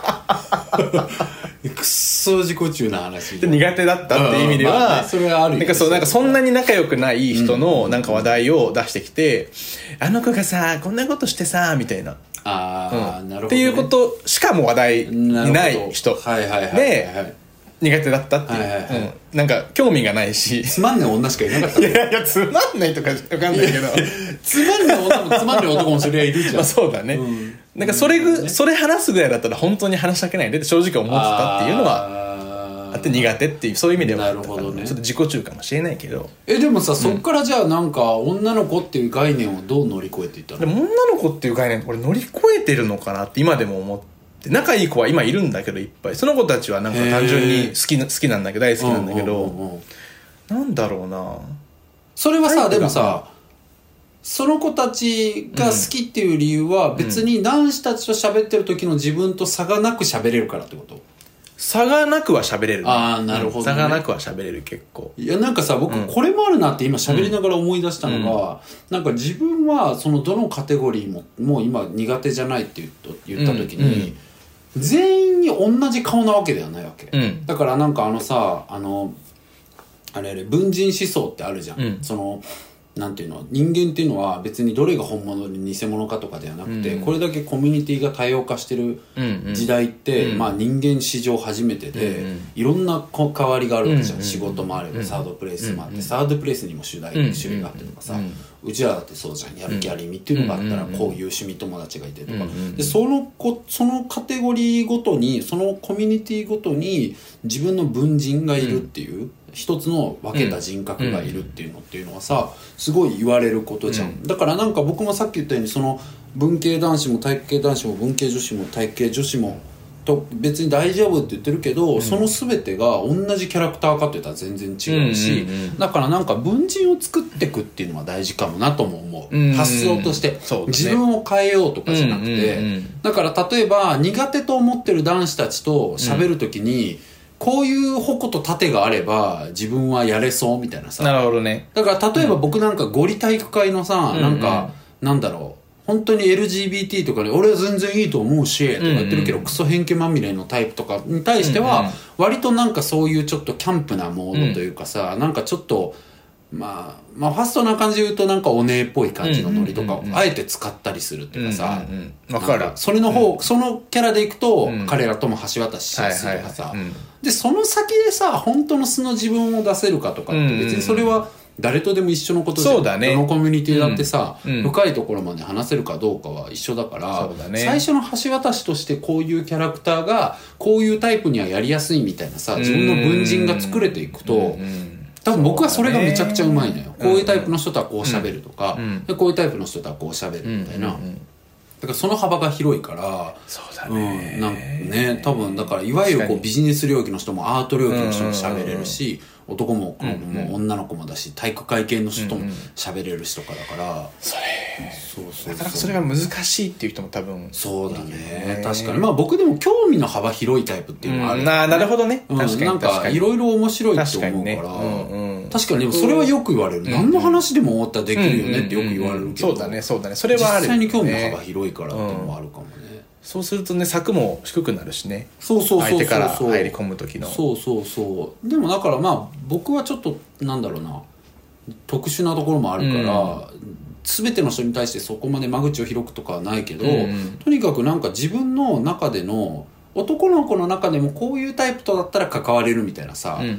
クソ自己中な話苦手だったっていう意味では、うんまあね、それはあるなんかそうなんかそんなに仲良くない人のなんか話題を出してきて、うん、あの子がさこんなことしてさみたいなあ、うん、なるほど、ね、 っていうことしかも話題にない人で苦手だったっていう、はいはいはいうん、なんか興味がないしつまんない女しかいなかったいやいやつまんないとか分かんないけどつまんない女もつまんない男もそれはいるじゃん、まあ、 そうだね、うん、なんかそれぐ、ね、それ話すぐらいだったら本当に話しかけないでって正直思ってたっていうのはあって苦手っていうそういう意味ではなるほどね、 ちょっと自己中かもしれないけどえでもさ、うん、そっからじゃあなんか女の子っていう概念をどう乗り越えていったの？ でも女の子っていう概念俺乗り越えてるのかなって今でも思って仲いい子は今いるんだけどいっぱいその子たちはなんか単純に好きな好きなんだけど大好きなんだけど、うんうんうんうん、なんだろうなそれはさでもさその子たちが好きっていう理由は別に男子たちと喋ってる時の自分と差がなく喋れるからってこと？ 差がなくは喋れる、ね、 ああなるほど、ね、 差がなくは喋れる結構いやなんかさ僕これもあるなって今喋りながら思い出したのが、うん、なんか自分はそのどのカテゴリーももう今苦手じゃないって言った時に、うん、全員に同じ顔なわけではないわけ、うん、だからなんかあのさあのあれあれ文人思想ってあるじゃん、うん、そのなんていうの人間っていうのは別にどれが本物で偽物かとかではなくて、うん、これだけコミュニティが多様化してる時代って、うん、まあ人間史上初めてで、うん、いろんな関わりがあるわけじゃん、うん、仕事もあればサードプレイスもあって、うん、サードプレイスにも種類、うん、種類があってとかさ、うん、うちらだってそうじゃんやる気ありみっていうのがあったらこういう趣味友達がいてとか、うん、でそのこそのカテゴリーごとにそのコミュニティごとに自分の文人がいるっていう、うん一つの分けた人格がいるっていうのっていうのはさすごい言われることじゃん、うん、だからなんか僕もさっき言ったようにその文系男子も体育系男子も文系女子も体育系女子もと別に大丈夫って言ってるけど、うん、その全てが同じキャラクターかって言ったら全然違うし、うんうんうん、だからなんか文人を作っていくっていうのは大事かもなとも思う、うんうん、発想として、ね、自分を変えようとかじゃなくて、うんうんうん、だから例えば苦手と思ってる男子たちと喋るときに、うんこういう矛と盾があれば自分はやれそうみたいなさ。 なるほどね。 だから例えば僕なんかゴリ体育会のさ、うん、なんか、うん、なんだろう。本当に エルジービーティー とかで俺は全然いいと思うし、とか言ってるけど、うんうん、クソ偏見まみれのタイプとかに対しては、割となんかそういうちょっとキャンプなモードというかさ、うん、なんかちょっと、まあ、まあファストな感じで言うとなんかお姉っぽい感じのノリとかをあえて使ったりするっていうかさ、わ、 うんうん、かる。 それの方、うん、そのキャラでいくと、うん、彼らとも橋渡ししやすいとかさ、はいはいはいうん、でその先でさ本当の素の自分を出せるかとかって別にそれは誰とでも一緒のことで、 そうだね、 どのコミュニティだってさ、うん、深いところまで話せるかどうかは一緒だから、 そうだね、 最初の橋渡しとしてこういうキャラクターがこういうタイプにはやりやすいみたいなさ自分の文人が作れていくと、うんうん多分僕はそれがめちゃくちゃうまいのよ、こういうタイプの人とはこう喋るとか、うん、でこういうタイプの人とはこう喋るみたいな、うんうんうん、だからその幅が広いからそうだね、 うん、なんかね多分だからいわゆるこうビジネス領域の人もアート領域の人も喋れるし、うんうん、男も子も女の子もだし体育会系の人も喋れる人とかだから、うんうん、 それそうそうそうなかなかそれが難しいっていう人も多分そうだね確かにまあ僕でも興味の幅広いタイプっていうのはある、 うん、な, なるほどね、 うん、確かになんかいろいろ面白いって思うから確かに、ねうんうん、確かにでもそれはよく言われる、うん、何の話でも終わったらできるよねってよく言われるけど、 うんうんうん、そうだねそうだねそれはある、 ね、実際に興味の幅広いからっていうのもあるかもね、うん、 そうするとね柵も低くなるしねそうそうそうそう相手から入り込む時のそうそうそうでもだからまあ僕はちょっとなんだろうな特殊なところもあるから、うん全ての人に対してそこまで間口を広くとかはないけど、うんうん、とにかくなんか自分の中での男の子の中でもこういうタイプとだったら関われるみたいなさ、うんうんうん、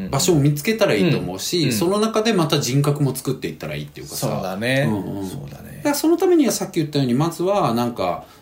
場所を見つけたらいいと思うし、うんうん、その中でまた人格も作っていったらいいっていうかさそうだね、 うんうん、 そうだねだからそのためにはさっき言ったようにまずはなんか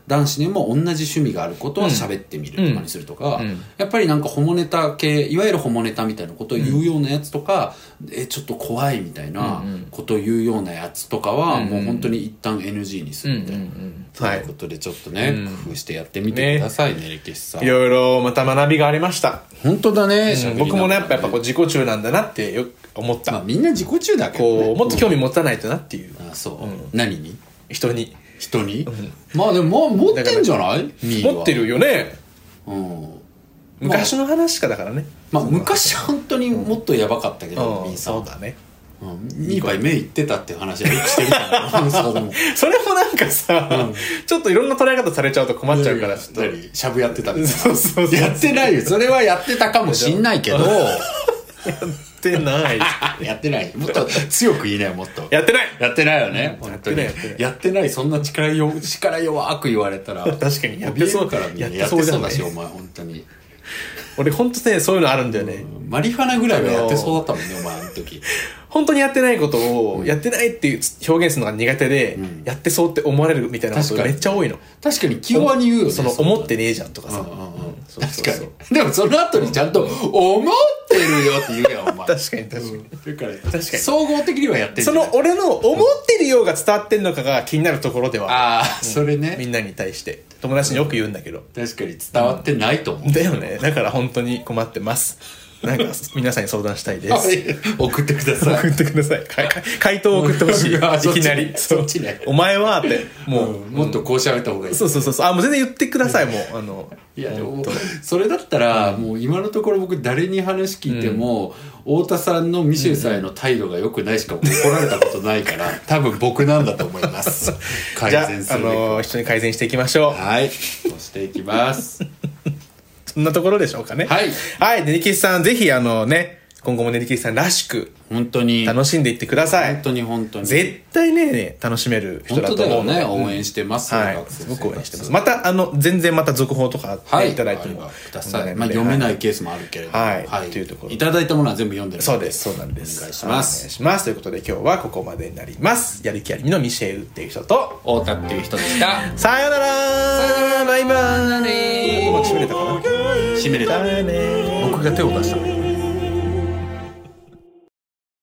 男子でも同じ趣味があることは喋ってみるとかにするとか、うんうん、やっぱりなんかホモネタ系、いわゆるホモネタみたいなことを言うようなやつとか、うん、えちょっと怖いみたいなことを言うようなやつとかは、うんうん、もう本当に一旦 エヌジー にするみたいな、うんうんうん、ということでちょっとね、はい、工夫してやってみてくださいね、歴史さん。 いろいろまた学びがありました。 本当だね、 うん、僕もねやっぱやっぱこう自己中なんだなってよ思った、 まあ、みんな自己中だけど、ね、 こうもっと興味持たないとなっていう、 うん、あそう、 うん、 何に人に人に、うん、まあでも持ってんじゃない？ 持ってるよね、 うん、 昔の話かだからね、 まあ、昔は本当にもっとやばかったけど、 うん、 ミーさんそうだね、 うん、ミーバイ目いってたっていう話はよくしてるからそれもそれもなんかさ、うん、ちょっといろんな捉え方されちゃうと困っちゃうから、ちょっとしゃぶやってたみたいな。 そうそうそう、 やってないよ、それはやってたかもしんないけどやってないやってない、もっと強く言いなよ、もっとやってないやってないよね、 うん、 本当にやってない、やってない、そんな力よ力弱く言われたら確かにやってそうからみんなやってそうだし、お前本当に俺本当ねそういうのあるんだよね、 うん、マリファナぐらいはやってそうだったもんねお前あの時本当にやってないことをやってないっていう表現するのが苦手で、うん、やってそうって思われるみたいなことめっちゃ多いの。 確かに気弱に言うよね、 その思ってねえじゃんとかさ、 うんうんうん、そうそうそう、確かに。でもその後にちゃんと思ってるよって言うやんお前。 確かに確かに、うん、 だから確かに総合的にはやってる。 その俺の思ってるようが伝わってんのかが気になるところでは、 ああ、うん、それね、 みんなに対して友達によく言うんだけど、 確かに伝わってないと思う、うん、 だよね。だから本当に困ってます。なんか皆さんに相談したいです。 送ってください。 送ってください。回答を送ってほしい。いきなり。 そっちね。 お前はってもう、 うん、もっとこう喋った方がいい。 そうそうそう。あ、もう全然言ってください、もう。あのいやでもそれだったら、うん、もう今のところ僕誰に話聞いても、うん、太田さんのミシェルさんへの態度が良くないしか怒られたことないから、多分僕なんだと思います。改善するべき。 じゃあ、あのー、一緒に改善していきましょう。 はい。そうしていきます。 そんなところでしょうかね。 はい。 はい。ねりきしさん、ぜひあのね、今後もねりきしさんらしく、 本当に楽しんでいってください。 本当に本当に。 絶対ね、楽しめる人だと思うので。 本当だよね、応援してます。 はい。すごく応援してます。また、あの、全然また続報とかいただいてもください。まあ、読めないケースもあるけれども。 はい。はい。というところ。 いただいたものは全部読んでる。 そうです、そうなんです。 お願いします。 お願いします。ということで今日はここまでになります。やる気ありみのミシェルっていう人と、 太田っていう人でした。 さよなら。さよなら。バイバーイ。うまく締めれたかな？ 締めれた。僕が手を出した。